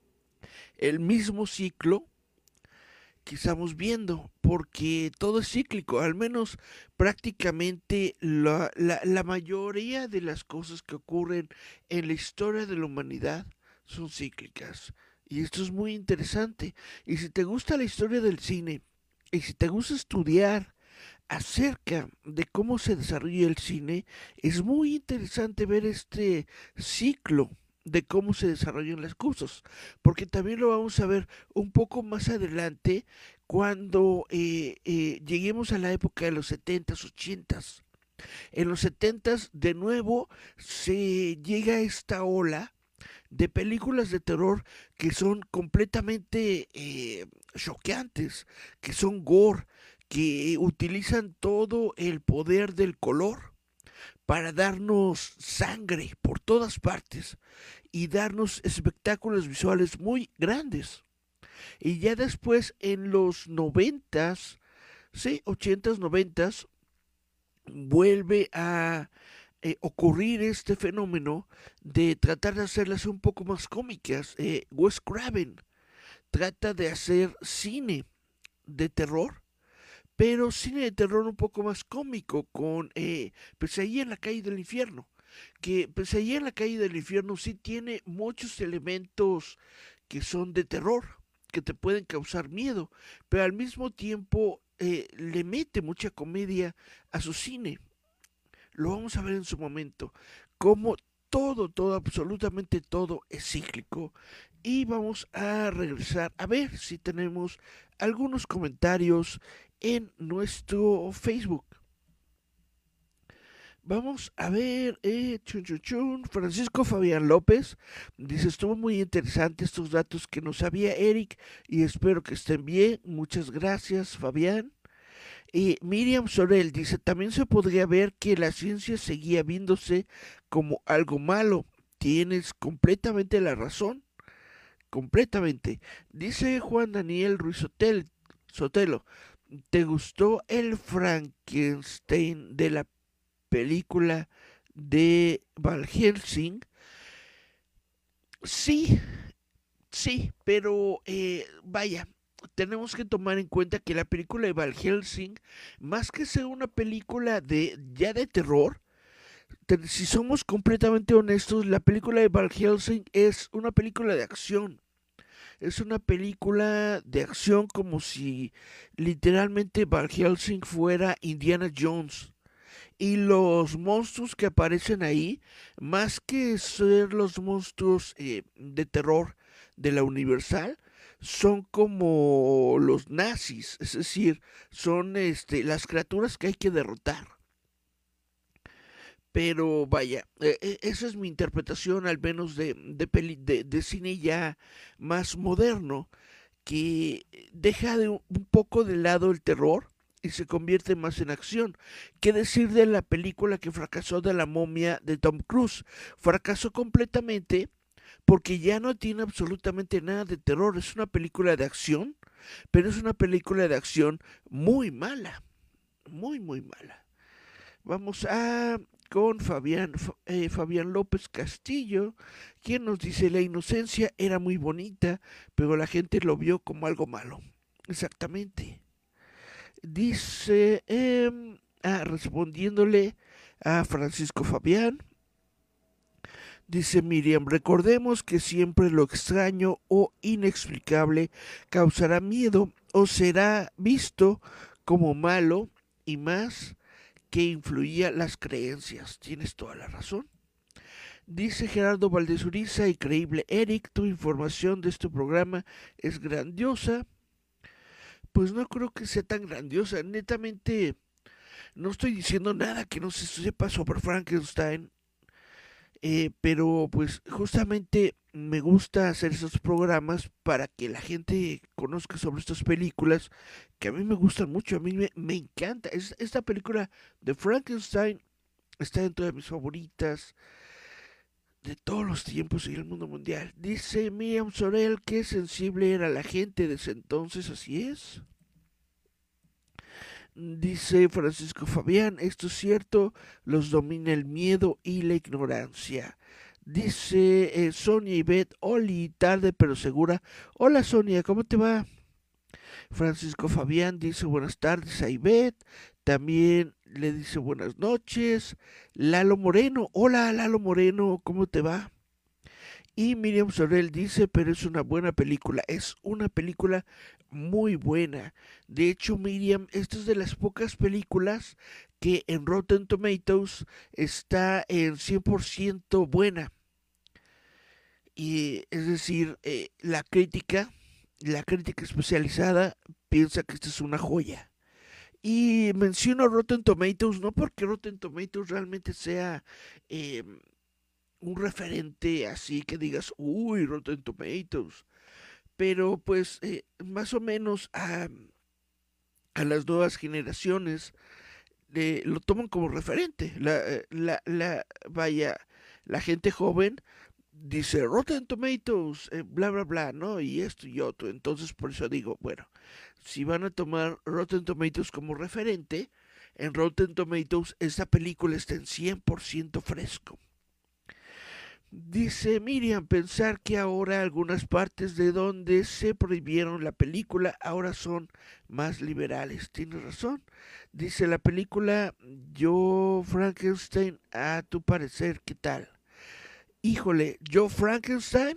el mismo ciclo que estamos viendo, porque todo es cíclico, al menos prácticamente la mayoría de las cosas que ocurren en la historia de la humanidad son cíclicas. Y esto es muy interesante. Y si te gusta la historia del cine, y si te gusta estudiar acerca de cómo se desarrolla el cine, es muy interesante ver este ciclo de cómo se desarrollan las cosas, porque también lo vamos a ver un poco más adelante cuando lleguemos a la época de los 70s, 80s. En los 70s de nuevo se llega a esta ola de películas de terror que son completamente choqueantes, que son gore, que utilizan todo el poder del color para darnos sangre por todas partes y darnos espectáculos visuales muy grandes. Y ya después en los noventas, sí, ochentas, noventas, vuelve a ocurrir este fenómeno de tratar de hacerlas un poco más cómicas. Wes Craven trata de hacer cine de terror, pero cine de terror un poco más cómico, con Pesadilla en la calle del infierno. Que Pesadilla en la calle del infierno sí tiene muchos elementos que son de terror, que te pueden causar miedo, pero al mismo tiempo le mete mucha comedia a su cine. Lo vamos a ver en su momento, cómo todo, absolutamente todo es cíclico. Y vamos a regresar a ver si tenemos algunos comentarios en nuestro Facebook. Vamos a ver, chun, chun, chun. Francisco Fabián López dice, estuvo muy interesante estos datos que nos sabía Eric y espero que estén bien. Muchas gracias, Fabián. Y Miriam Sorel dice, también se podría ver que la ciencia seguía viéndose como algo malo. Tienes completamente la razón, completamente. Dice Juan Daniel Ruiz Sotelo, ¿te gustó el Frankenstein de la película de Van Helsing? Sí, sí, pero vaya, tenemos que tomar en cuenta que la película de Van Helsing, más que ser una película de ya de terror, si somos completamente honestos, la película de Van Helsing es una película de acción. Es una película de acción como si literalmente Van Helsing fuera Indiana Jones. Y los monstruos que aparecen ahí, más que ser los monstruos de terror de la Universal, son como los nazis, es decir, son las criaturas que hay que derrotar. Pero vaya, esa es mi interpretación al menos de cine ya más moderno, que deja un poco de lado el terror y se convierte más en acción. ¿Qué decir de la película que fracasó de la momia de Tom Cruise? Fracasó completamente porque ya no tiene absolutamente nada de terror. Es una película de acción, pero es una película de acción muy mala, muy mala. Vamos a con Fabián López Castillo, quien nos dice la inocencia era muy bonita, pero la gente lo vio como algo malo. Exactamente. Dice, respondiéndole a Francisco Fabián, dice Miriam, recordemos que siempre lo extraño o inexplicable causará miedo o será visto como malo y más que influía las creencias. Tienes toda la razón. Dice Gerardo Valdez Uriza, increíble Eric, tu información de este programa es grandiosa. Pues no creo que sea tan grandiosa. Netamente, no estoy diciendo nada que no se sepa sobre Frankenstein. Pero pues justamente me gusta hacer esos programas para que la gente conozca sobre estas películas que a mí me gustan mucho, a mí me encanta. Esta película de Frankenstein está dentro de mis favoritas de todos los tiempos y el mundo mundial. Dice Miriam Sorel que sensible era la gente de ese entonces, así es. Dice Francisco Fabián, esto es cierto, los domina el miedo y la ignorancia. Dice Sonia y Beth, Oli, tarde pero segura. Hola Sonia, ¿cómo te va? Francisco Fabián dice buenas tardes a Ivette. También le dice buenas noches. Lalo Moreno, hola Lalo Moreno, ¿cómo te va? Y Miriam Sorel dice, pero es una buena película, es una película muy buena. De hecho, Miriam, esta es de las pocas películas que en Rotten Tomatoes está en 100% buena. Y es decir, la crítica especializada piensa que esta es una joya. Y menciono Rotten Tomatoes no porque Rotten Tomatoes realmente sea eh, un referente así que digas, uy, Rotten Tomatoes. Pero pues más o menos a las nuevas generaciones lo toman como referente. Vaya, la gente joven dice Rotten Tomatoes, bla, bla, bla, ¿no? Y esto y otro. Entonces por eso digo, bueno, si van a tomar Rotten Tomatoes como referente, en Rotten Tomatoes esta película está en 100% fresco. Dice Miriam, pensar que ahora algunas partes de donde se prohibieron la película ahora son más liberales. Tiene razón. Dice la película Yo Frankenstein, a tu parecer, ¿qué tal? Híjole, Yo Frankenstein,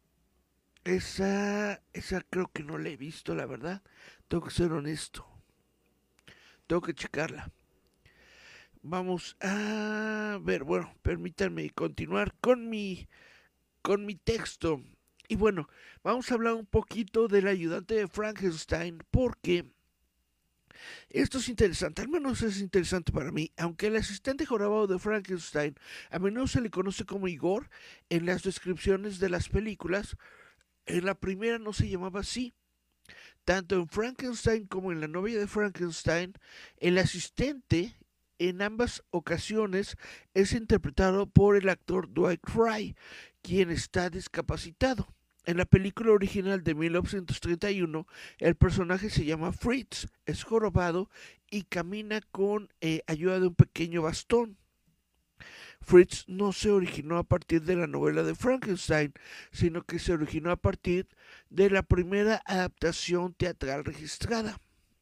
esa creo que no la he visto, la verdad. Tengo que ser honesto. Tengo que checarla. vamos a ver, bueno, permítanme continuar con mi texto. Y bueno, vamos a hablar un poquito del ayudante de Frankenstein porque esto es interesante, al menos es interesante para mí. Aunque el asistente jorobado de Frankenstein a menudo se le conoce como Igor en las descripciones de las películas, en la primera no se llamaba así. Tanto en Frankenstein como en La novia de Frankenstein, el asistente en ambas ocasiones es interpretado por el actor Dwight Frye, quien está discapacitado. En la película original de 1931, el personaje se llama Fritz, es jorobado y camina con ayuda de un pequeño bastón. Fritz no se originó a partir de la novela de Frankenstein, sino que se originó a partir de la primera adaptación teatral registrada.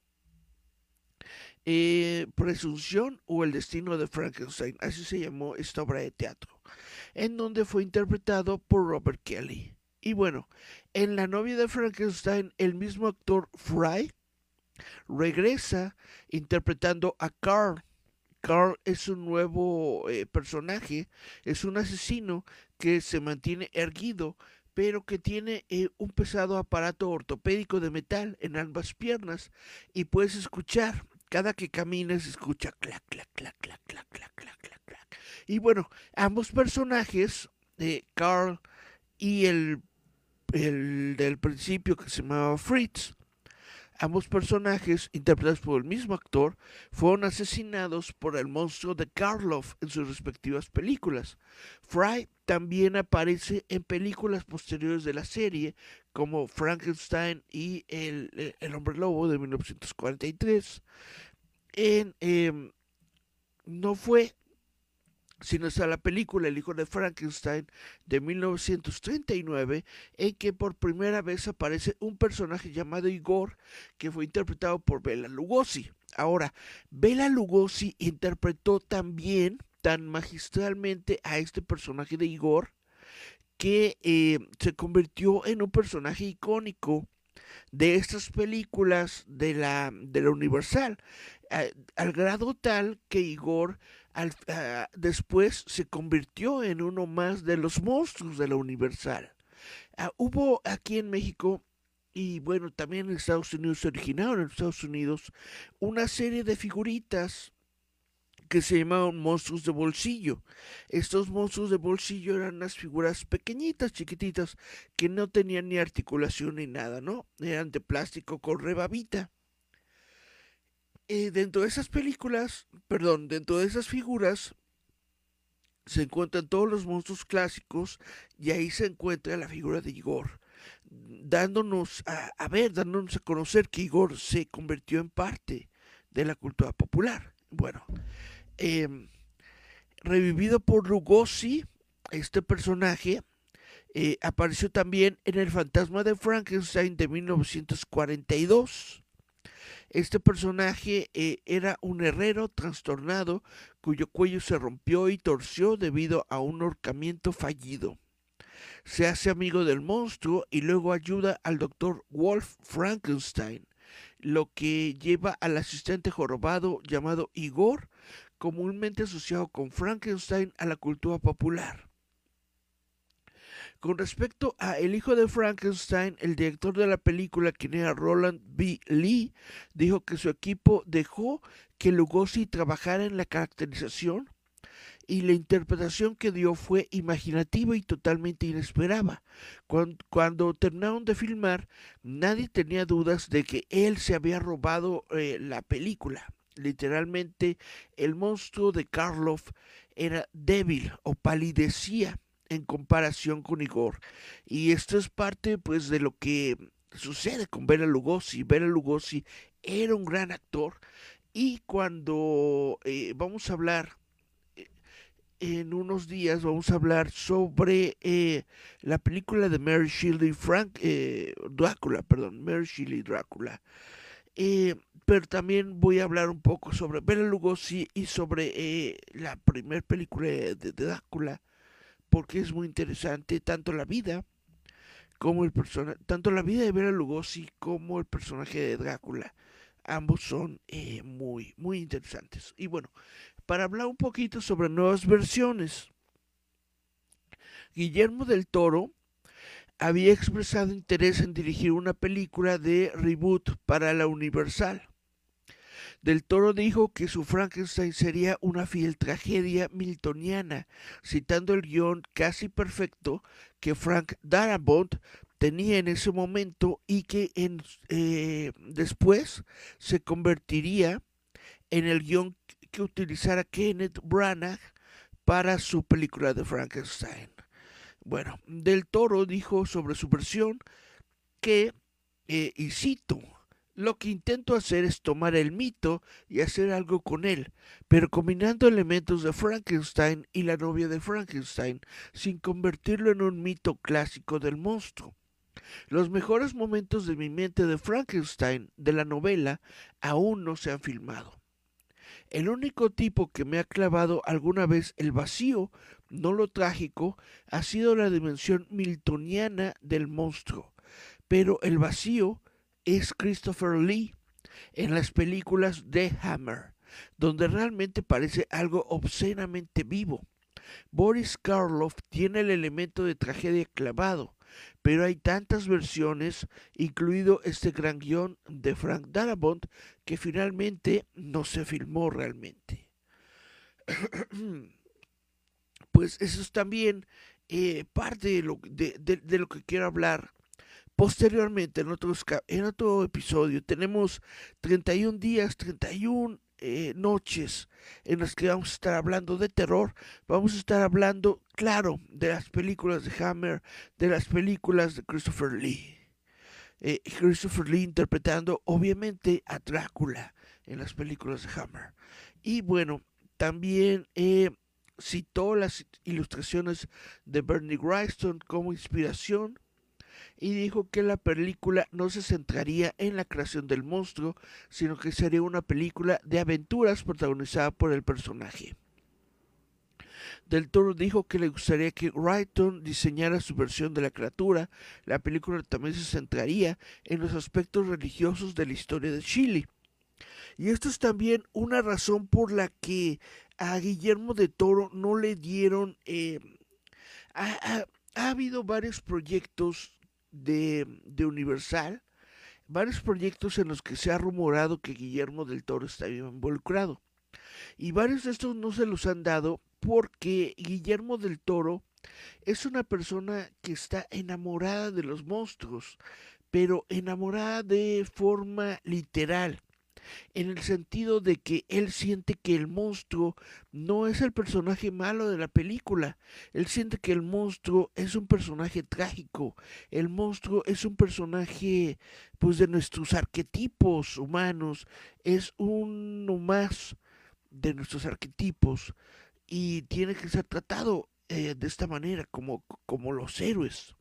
Presunción o el destino de Frankenstein, así se llamó esta obra de teatro, en donde fue interpretado por Robert Kelly. Y bueno, en La novia de Frankenstein, el mismo actor Fry regresa interpretando a Carl. Carl es un nuevo personaje, es un asesino que se mantiene erguido, pero que tiene un pesado aparato ortopédico de metal en ambas piernas y puedes escuchar, cada que camina se escucha clac, clac, clac, clac, clac, clac, clac, clac, clac. Y bueno, ambos personajes, Carl y el del principio que se llamaba Fritz, ambos personajes, interpretados por el mismo actor, fueron asesinados por el monstruo de Karloff en sus respectivas películas. Fry también aparece en películas posteriores de la serie, como Frankenstein y el Hombre Lobo de 1943. No fue sino hasta la película El hijo de Frankenstein de 1939, en que por primera vez aparece un personaje llamado Igor, que fue interpretado por Bela Lugosi. Ahora, Bela Lugosi interpretó también tan magistralmente a este personaje de Igor que se convirtió en un personaje icónico de estas películas de la Universal, al grado tal que Igor después se convirtió en uno más de los monstruos de la Universal. Hubo aquí en México y bueno, también en Estados Unidos, se originaron en Estados Unidos una serie de figuritas que se llamaban monstruos de bolsillo. Estos monstruos de bolsillo eran unas figuras pequeñitas, chiquititas, que no tenían ni articulación ni nada, ¿no? Eran de plástico con rebabita. Dentro de esas películas, perdón, dentro de esas figuras se encuentran todos los monstruos clásicos y ahí se encuentra la figura de Igor, dándonos dándonos a conocer que Igor se convirtió en parte de la cultura popular. Bueno, eh, revivido por Lugosi, este personaje apareció también en El fantasma de Frankenstein de 1942. Este personaje era un herrero trastornado cuyo cuello se rompió y torció debido a un ahorcamiento fallido. Se hace amigo del monstruo y luego ayuda al doctor Wolf Frankenstein, lo que lleva al asistente jorobado llamado Igor, comúnmente asociado con Frankenstein, a la cultura popular. Con respecto a El hijo de Frankenstein, el director de la película, quien era Roland B. Lee, dijo que su equipo dejó que Lugosi trabajara en la caracterización y la interpretación que dio fue imaginativa y totalmente inesperada. Cuando terminaron de filmar, nadie tenía dudas de que él se había robado la película. Literalmente, el monstruo de Karloff era débil o palidecía en comparación con Igor. Y esto es parte pues de lo que sucede con Bela Lugosi. Bela Lugosi era un gran actor y cuando vamos a hablar en unos días vamos a hablar sobre la película de Mary Shelley Drácula, perdón, Mary Shelley Drácula. Pero también voy a hablar un poco sobre Bela Lugosi y sobre la primera película de Drácula, porque es muy interesante tanto la vida como el personaje, tanto la vida de Bela Lugosi como el personaje de Drácula. Ambos son muy, muy interesantes. Y bueno, para hablar un poquito sobre nuevas versiones, Guillermo del Toro había expresado interés en dirigir una película de reboot para la Universal. Del Toro dijo que su Frankenstein sería una fiel tragedia miltoniana, citando el guión casi perfecto que Frank Darabont tenía en ese momento y que después se convertiría en el guión que utilizara Kenneth Branagh para su película de Frankenstein. Bueno, Del Toro dijo sobre su versión que, y cito, lo que intento hacer es tomar el mito y hacer algo con él, pero combinando elementos de Frankenstein y la novia de Frankenstein, sin convertirlo en un mito clásico del monstruo. Los mejores momentos de mi mente de Frankenstein, de la novela, aún no se han filmado. El único tipo que me ha clavado alguna vez el vacío, no lo trágico, ha sido la dimensión miltoniana del monstruo. Pero el vacío es Christopher Lee en las películas de Hammer, donde realmente parece algo obscenamente vivo. Boris Karloff tiene el elemento de tragedia clavado, pero hay tantas versiones, incluido este gran guión de Frank Darabont, que finalmente no se filmó realmente. Pues eso es también parte de lo que quiero hablar posteriormente en otro episodio. Tenemos 31 días, 31 noches en las que vamos a estar hablando de terror. Vamos a estar hablando, claro, de las películas de Hammer, de las películas de Christopher Lee. Christopher Lee interpretando obviamente a Drácula en las películas de Hammer. Y bueno, también citó las ilustraciones de Bernie Wrightson como inspiración y dijo que la película no se centraría en la creación del monstruo, sino que sería una película de aventuras protagonizada por el personaje. Del Toro dijo que le gustaría que Wrighton diseñara su versión de la criatura. La película también se centraría en los aspectos religiosos de la historia de Chile. Y esto es también una razón por la que a Guillermo del Toro no le dieron... ha habido varios proyectos de Universal, varios proyectos en los que se ha rumorado que Guillermo del Toro está involucrado. Y varios de estos no se los han dado porque Guillermo del Toro es una persona que está enamorada de los monstruos, pero enamorada de forma literal, en el sentido de que él siente que el monstruo no es el personaje malo de la película, él siente que el monstruo es un personaje trágico, el monstruo es un personaje pues de nuestros arquetipos humanos, es uno más de nuestros arquetipos y tiene que ser tratado de esta manera como los héroes.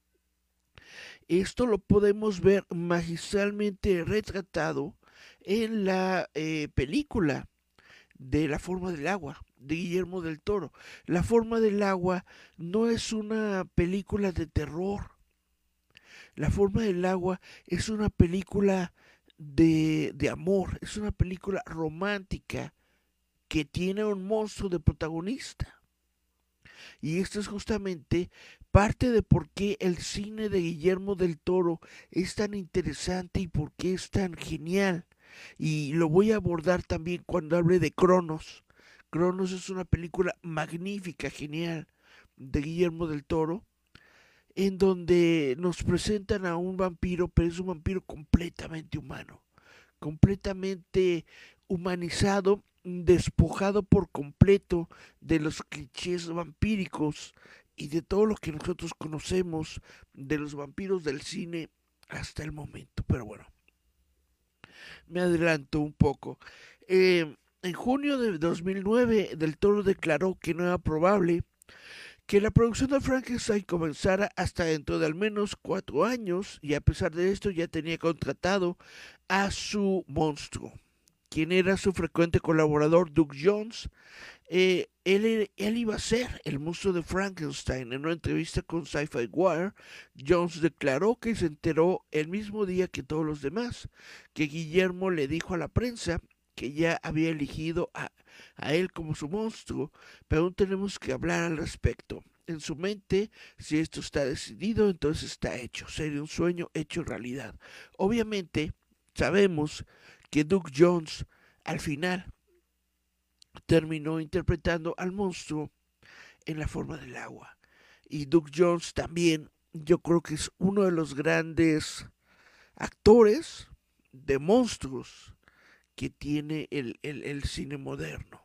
Esto lo podemos ver magistralmente retratado en la película de La forma del agua de Guillermo del Toro. La forma del agua no es una película de terror. La forma del agua es una película de amor, es una película romántica que tiene un monstruo de protagonista. Y esto es justamente parte de por qué el cine de Guillermo del Toro es tan interesante y por qué es tan genial. Y lo voy a abordar también cuando hable de Cronos. Cronos es una película magnífica, genial, de Guillermo del Toro, en donde nos presentan a un vampiro, pero es un vampiro completamente humano, completamente humanizado, despojado por completo de los clichés vampíricos y de todo lo que nosotros conocemos de los vampiros del cine hasta el momento. Pero bueno, me adelanto un poco. En junio de 2009, Del Toro declaró que no era probable que la producción de Frankenstein comenzara hasta dentro de al menos 4 años, y a pesar de esto ya tenía contratado a su monstruo, quien era su frecuente colaborador Doug Jones, él iba a ser el monstruo de Frankenstein. En una entrevista con Sci-Fi Wire, Jones declaró que se enteró el mismo día que todos los demás, que Guillermo le dijo a la prensa que ya había elegido a él como su monstruo, pero aún tenemos que hablar al respecto. En su mente, si esto está decidido, entonces está hecho. Sería un sueño hecho realidad. Obviamente, sabemos que Doug Jones, al final, terminó interpretando al monstruo en la forma del agua. Y Doug Jones también, yo creo que es uno de los grandes actores de monstruos que tiene el cine moderno.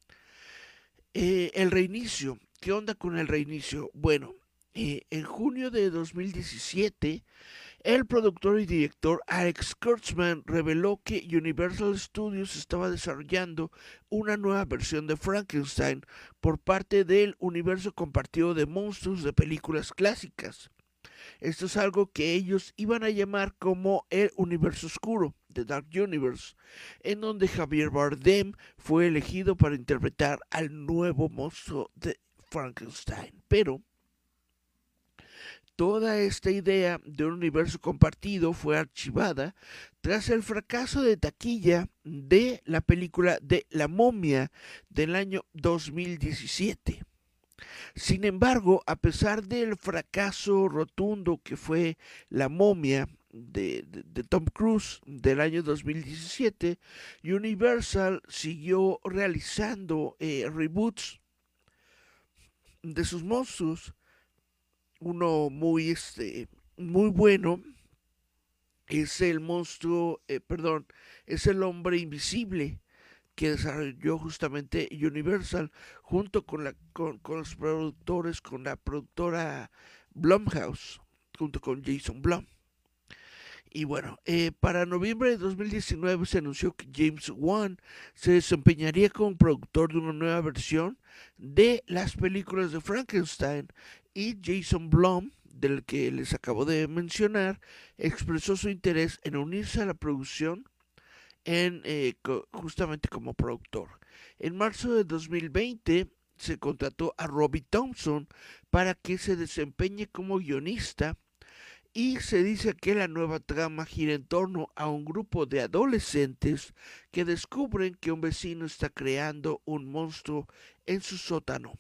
El reinicio. ¿Qué onda con el reinicio? Bueno, en junio de 2017, el productor y director Alex Kurtzman reveló que Universal Studios estaba desarrollando una nueva versión de Frankenstein por parte del universo compartido de monstruos de películas clásicas. Esto es algo que ellos iban a llamar como el universo oscuro, The Dark Universe, en donde Javier Bardem fue elegido para interpretar al nuevo monstruo de Frankenstein. Pero toda esta idea de un universo compartido fue archivada tras el fracaso de taquilla de la película de La Momia del año 2017. Sin embargo, a pesar del fracaso rotundo que fue La Momia de Tom Cruise del año 2017, Universal siguió realizando reboots de sus monstruos. Uno muy bueno es el monstruo, es el hombre invisible que desarrolló justamente Universal junto con los productores, con la productora Blumhouse, junto con Jason Blum. Y bueno, para noviembre de 2019 se anunció que James Wan se desempeñaría como productor de una nueva versión de las películas de Frankenstein, y Jason Blum, del que les acabo de mencionar, expresó su interés en unirse a la producción justamente como productor. En marzo de 2020 se contrató a Robbie Thompson para que se desempeñe como guionista, y se dice que la nueva trama gira en torno a un grupo de adolescentes que descubren que un vecino está creando un monstruo en su sótano.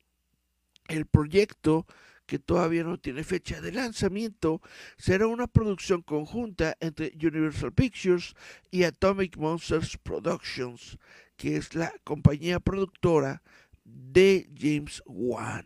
El proyecto, que todavía no tiene fecha de lanzamiento, será una producción conjunta entre Universal Pictures y Atomic Monsters Productions, que es la compañía productora de James Wan.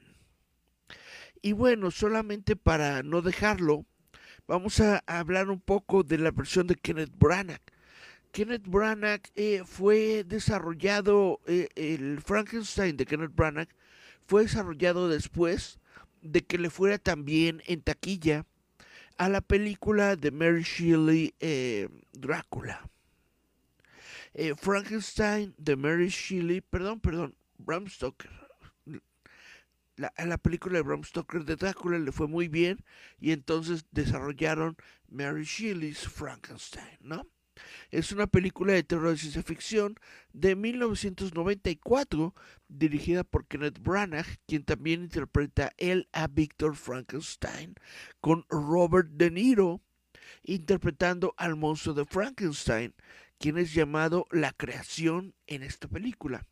Y bueno, solamente para no dejarlo, vamos a hablar un poco de la versión de Kenneth Branagh. Kenneth Branagh fue desarrollado, el Frankenstein de Kenneth Branagh fue desarrollado después de que le fuera también en taquilla a la película de Mary Shelley, Drácula. Frankenstein de Mary Shelley, Bram Stoker. A la película de Bram Stoker de Drácula le fue muy bien, y entonces desarrollaron Mary Shelley's Frankenstein, ¿no? Es una película de terror de ciencia ficción de 1994, dirigida por Kenneth Branagh, quien también interpreta él a Victor Frankenstein, con Robert De Niro interpretando al monstruo de Frankenstein, quien es llamado la creación en esta película.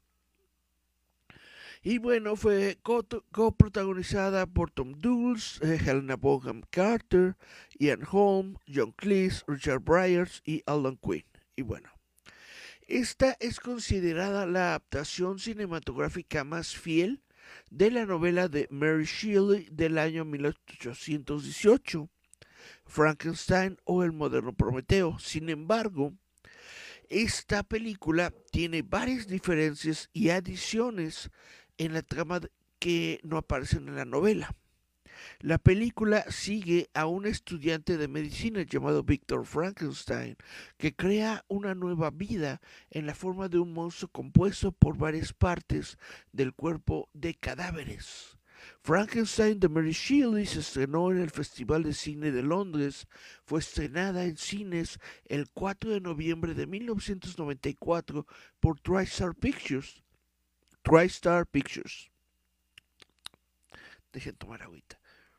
Y bueno, fue coprotagonizada por Tom Dulles, Helena Bonham Carter, Ian Holm, John Cleese, Richard Briers y Alan Quinn. Y bueno, esta es considerada la adaptación cinematográfica más fiel de la novela de Mary Shelley del año 1818, Frankenstein o el moderno Prometeo. Sin embargo, esta película tiene varias diferencias y adiciones en la trama que no aparecen en la novela. La película sigue a un estudiante de medicina llamado Victor Frankenstein, que crea una nueva vida en la forma de un monstruo compuesto por varias partes del cuerpo de cadáveres. Frankenstein de Mary Shelley se estrenó en el Festival de Cine de Londres. Fue estrenada en cines el 4 de noviembre de 1994 por TriStar Pictures, TriStar Pictures. Dejen tomar agüita.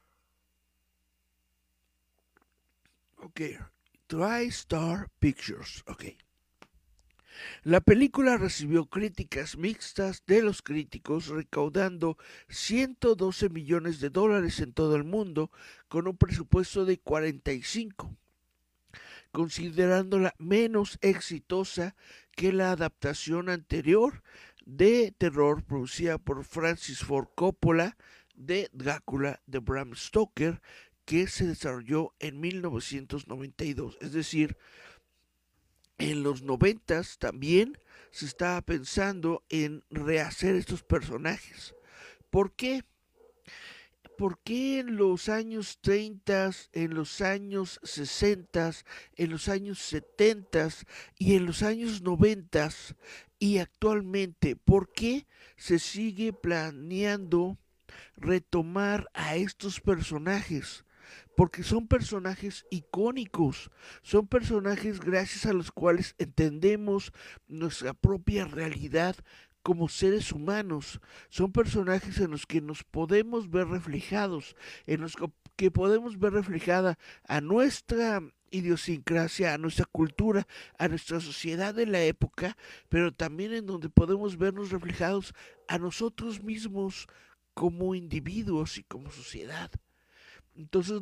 Ok, TriStar Pictures. Ok. La película recibió críticas mixtas de los críticos, recaudando $112 millones en todo el mundo, con un presupuesto de 45, considerándola menos exitosa que la adaptación anterior de terror producida por Francis Ford Coppola de Drácula de Bram Stoker, que se desarrolló en 1992. Es decir, en los 90 también se estaba pensando en rehacer estos personajes. ¿Por qué? Porque en los años 30, en los años 60, en los años 70 y en los años 90 y actualmente, por qué se sigue planeando retomar a estos personajes? Porque son personajes icónicos, son personajes gracias a los cuales entendemos nuestra propia realidad como seres humanos, son personajes en los que nos podemos ver reflejados, en los que podemos ver reflejada a nuestra idiosincrasia, a nuestra cultura, a nuestra sociedad de la época, pero también en donde podemos vernos reflejados a nosotros mismos como individuos y como sociedad. Entonces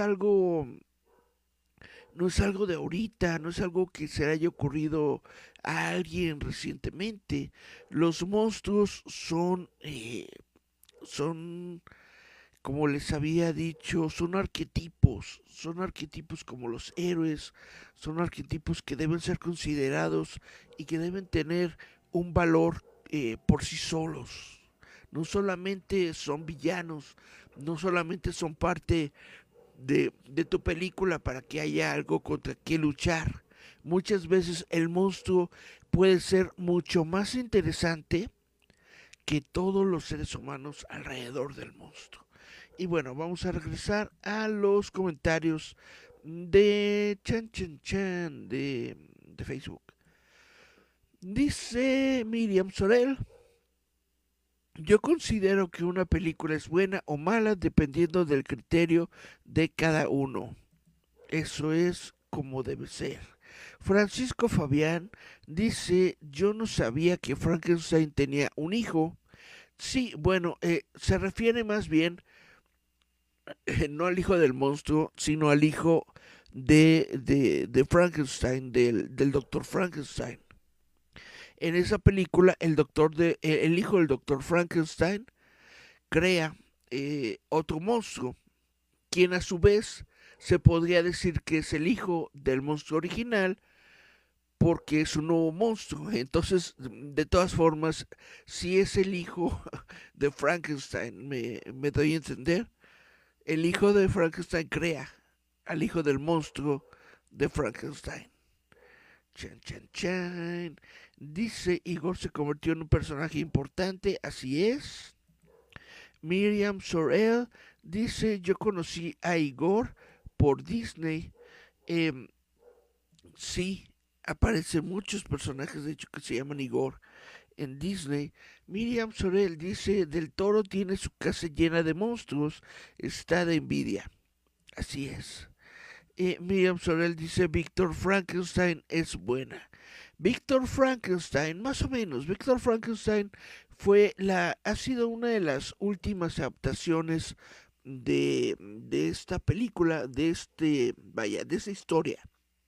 no es algo de ahorita, no es algo que se haya ocurrido a alguien recientemente. Los monstruos son, como les había dicho, son arquetipos como los héroes, son arquetipos que deben ser considerados y que deben tener un valor por sí solos. No solamente son villanos, no solamente son parte de tu película para que haya algo contra qué luchar. Muchas veces el monstruo puede ser mucho más interesante que todos los seres humanos alrededor del monstruo. Y bueno, vamos a regresar a los comentarios de de Facebook. Dice Miriam Sorel: yo considero que una película es buena o mala dependiendo del criterio de cada uno. Eso es como debe ser. Francisco Fabián dice: yo no sabía que Frankenstein tenía un hijo. Sí, bueno, se refiere más bien no al hijo del monstruo, sino al hijo de Frankenstein, del doctor Frankenstein. En esa película, el hijo del doctor Frankenstein crea otro monstruo, quien a su vez se podría decir que es el hijo del monstruo original porque es un nuevo monstruo. Entonces, de todas formas, si es el hijo de Frankenstein, me doy a entender, el hijo de Frankenstein crea al hijo del monstruo de Frankenstein. Chan, chan, chan. Dice: Igor se convirtió en un personaje importante, así es. Miriam Sorel dice: yo conocí a Igor por Disney. Eh, sí, aparecen muchos personajes, de hecho, que se llaman Igor en Disney. Miriam Sorel dice: Del Toro tiene su casa llena de monstruos, está de envidia. Así es. Miriam Sorel dice: Víctor Frankenstein es buena. Víctor Frankenstein, más o menos. Víctor Frankenstein ha sido una de las últimas adaptaciones de esta película, de esta historia.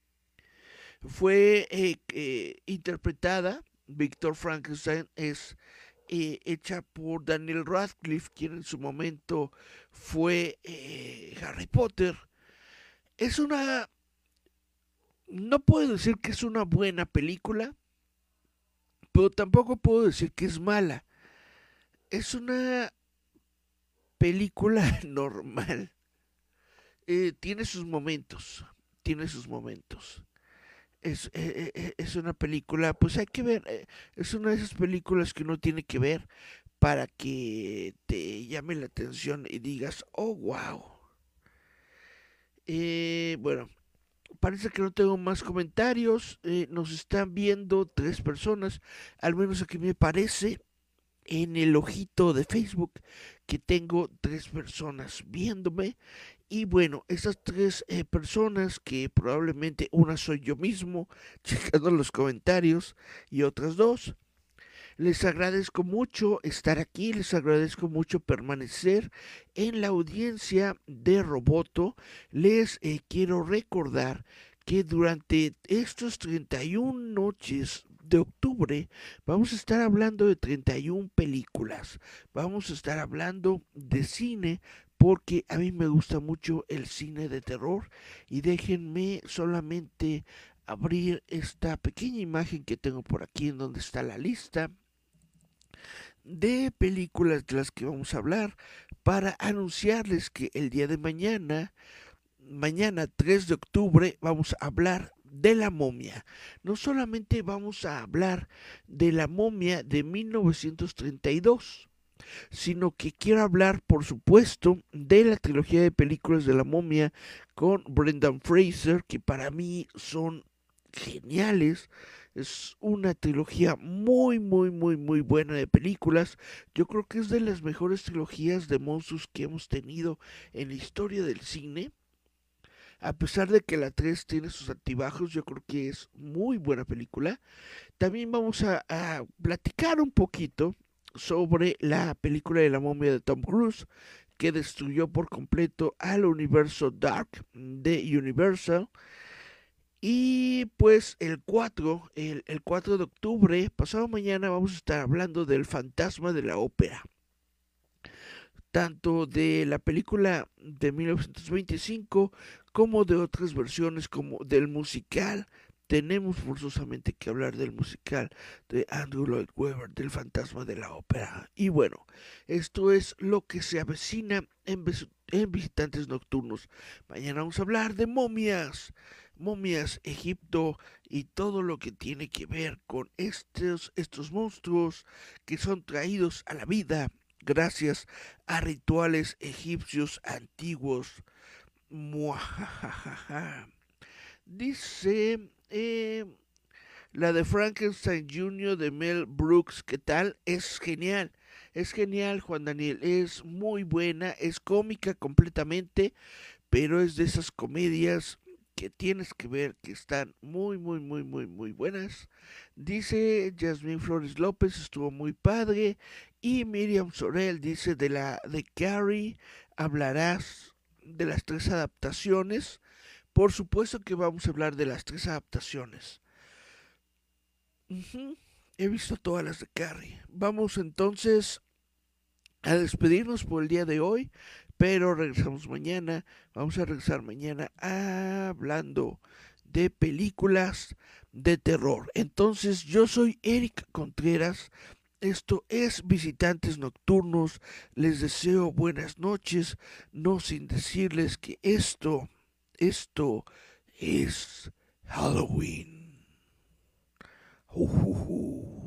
Fue interpretada, Víctor Frankenstein es hecha por Daniel Radcliffe, quien en su momento fue Harry Potter. Es una... No puedo decir que es una buena película, pero tampoco puedo decir que es mala. Es una película normal. Tiene sus momentos. Tiene sus momentos. Es una película, pues hay que ver. Es una de esas películas que uno tiene que ver para que te llame la atención y digas: oh, wow. Bueno, parece que no tengo más comentarios. Nos están viendo 3 personas, al menos aquí me parece. en el ojito de Facebook que tengo 3 personas viéndome. Y bueno, esas 3 personas, que probablemente una soy yo mismo, checando los comentarios, y otras 2, les agradezco mucho estar aquí, les agradezco mucho permanecer en la audiencia de Roboto. Les quiero recordar que durante estos 31 noches de octubre vamos a estar hablando de 31 películas. Vamos a estar hablando de cine porque a mí me gusta mucho el cine de terror. Y déjenme solamente abrir esta pequeña imagen que tengo por aquí en donde está la lista de películas de las que vamos a hablar, para anunciarles que el día de mañana, mañana 3 de octubre, vamos a hablar de La Momia. No solamente vamos a hablar de La Momia de 1932, sino que quiero hablar, por supuesto, de la trilogía de películas de La Momia con Brendan Fraser, que para mí son geniales. Es una trilogía muy, muy, muy, muy buena de películas. Yo creo que es de las mejores trilogías de monstruos que hemos tenido en la historia del cine. A pesar de que la 3 tiene sus altibajos, yo creo que es muy buena película. También vamos a platicar un poquito sobre la película de la momia de Tom Cruise, que destruyó por completo al universo Dark de Universal. Y pues el 4 de octubre, pasado mañana, vamos a estar hablando del fantasma de la ópera. Tanto de la película de 1925 como de otras versiones, como del musical. Tenemos forzosamente que hablar del musical de Andrew Lloyd Webber, del fantasma de la ópera. Y bueno, esto es lo que se avecina en Visitantes Nocturnos. Mañana vamos a hablar de momias, Egipto y todo lo que tiene que ver con estos monstruos que son traídos a la vida gracias a rituales egipcios antiguos. Muajajaja. Dice la de Frankenstein Jr. de Mel Brooks, ¿qué tal? Es genial, Juan Daniel, es muy buena, es cómica completamente, pero es de esas comedias que tienes que ver, que están muy, muy, muy, muy, muy buenas. Dice Yasmín Flores López, estuvo muy padre. Y Miriam Sorel dice, de Carrie hablarás de las 3 adaptaciones. Por supuesto que vamos a hablar de las 3 adaptaciones. Ujú. He visto todas las de Carrie. Vamos entonces a despedirnos por el día de hoy, pero regresamos mañana. Vamos a regresar mañana hablando de películas de terror. Entonces, yo soy Eric Contreras. Esto es Visitantes Nocturnos. Les deseo buenas noches, no sin decirles que esto es Halloween.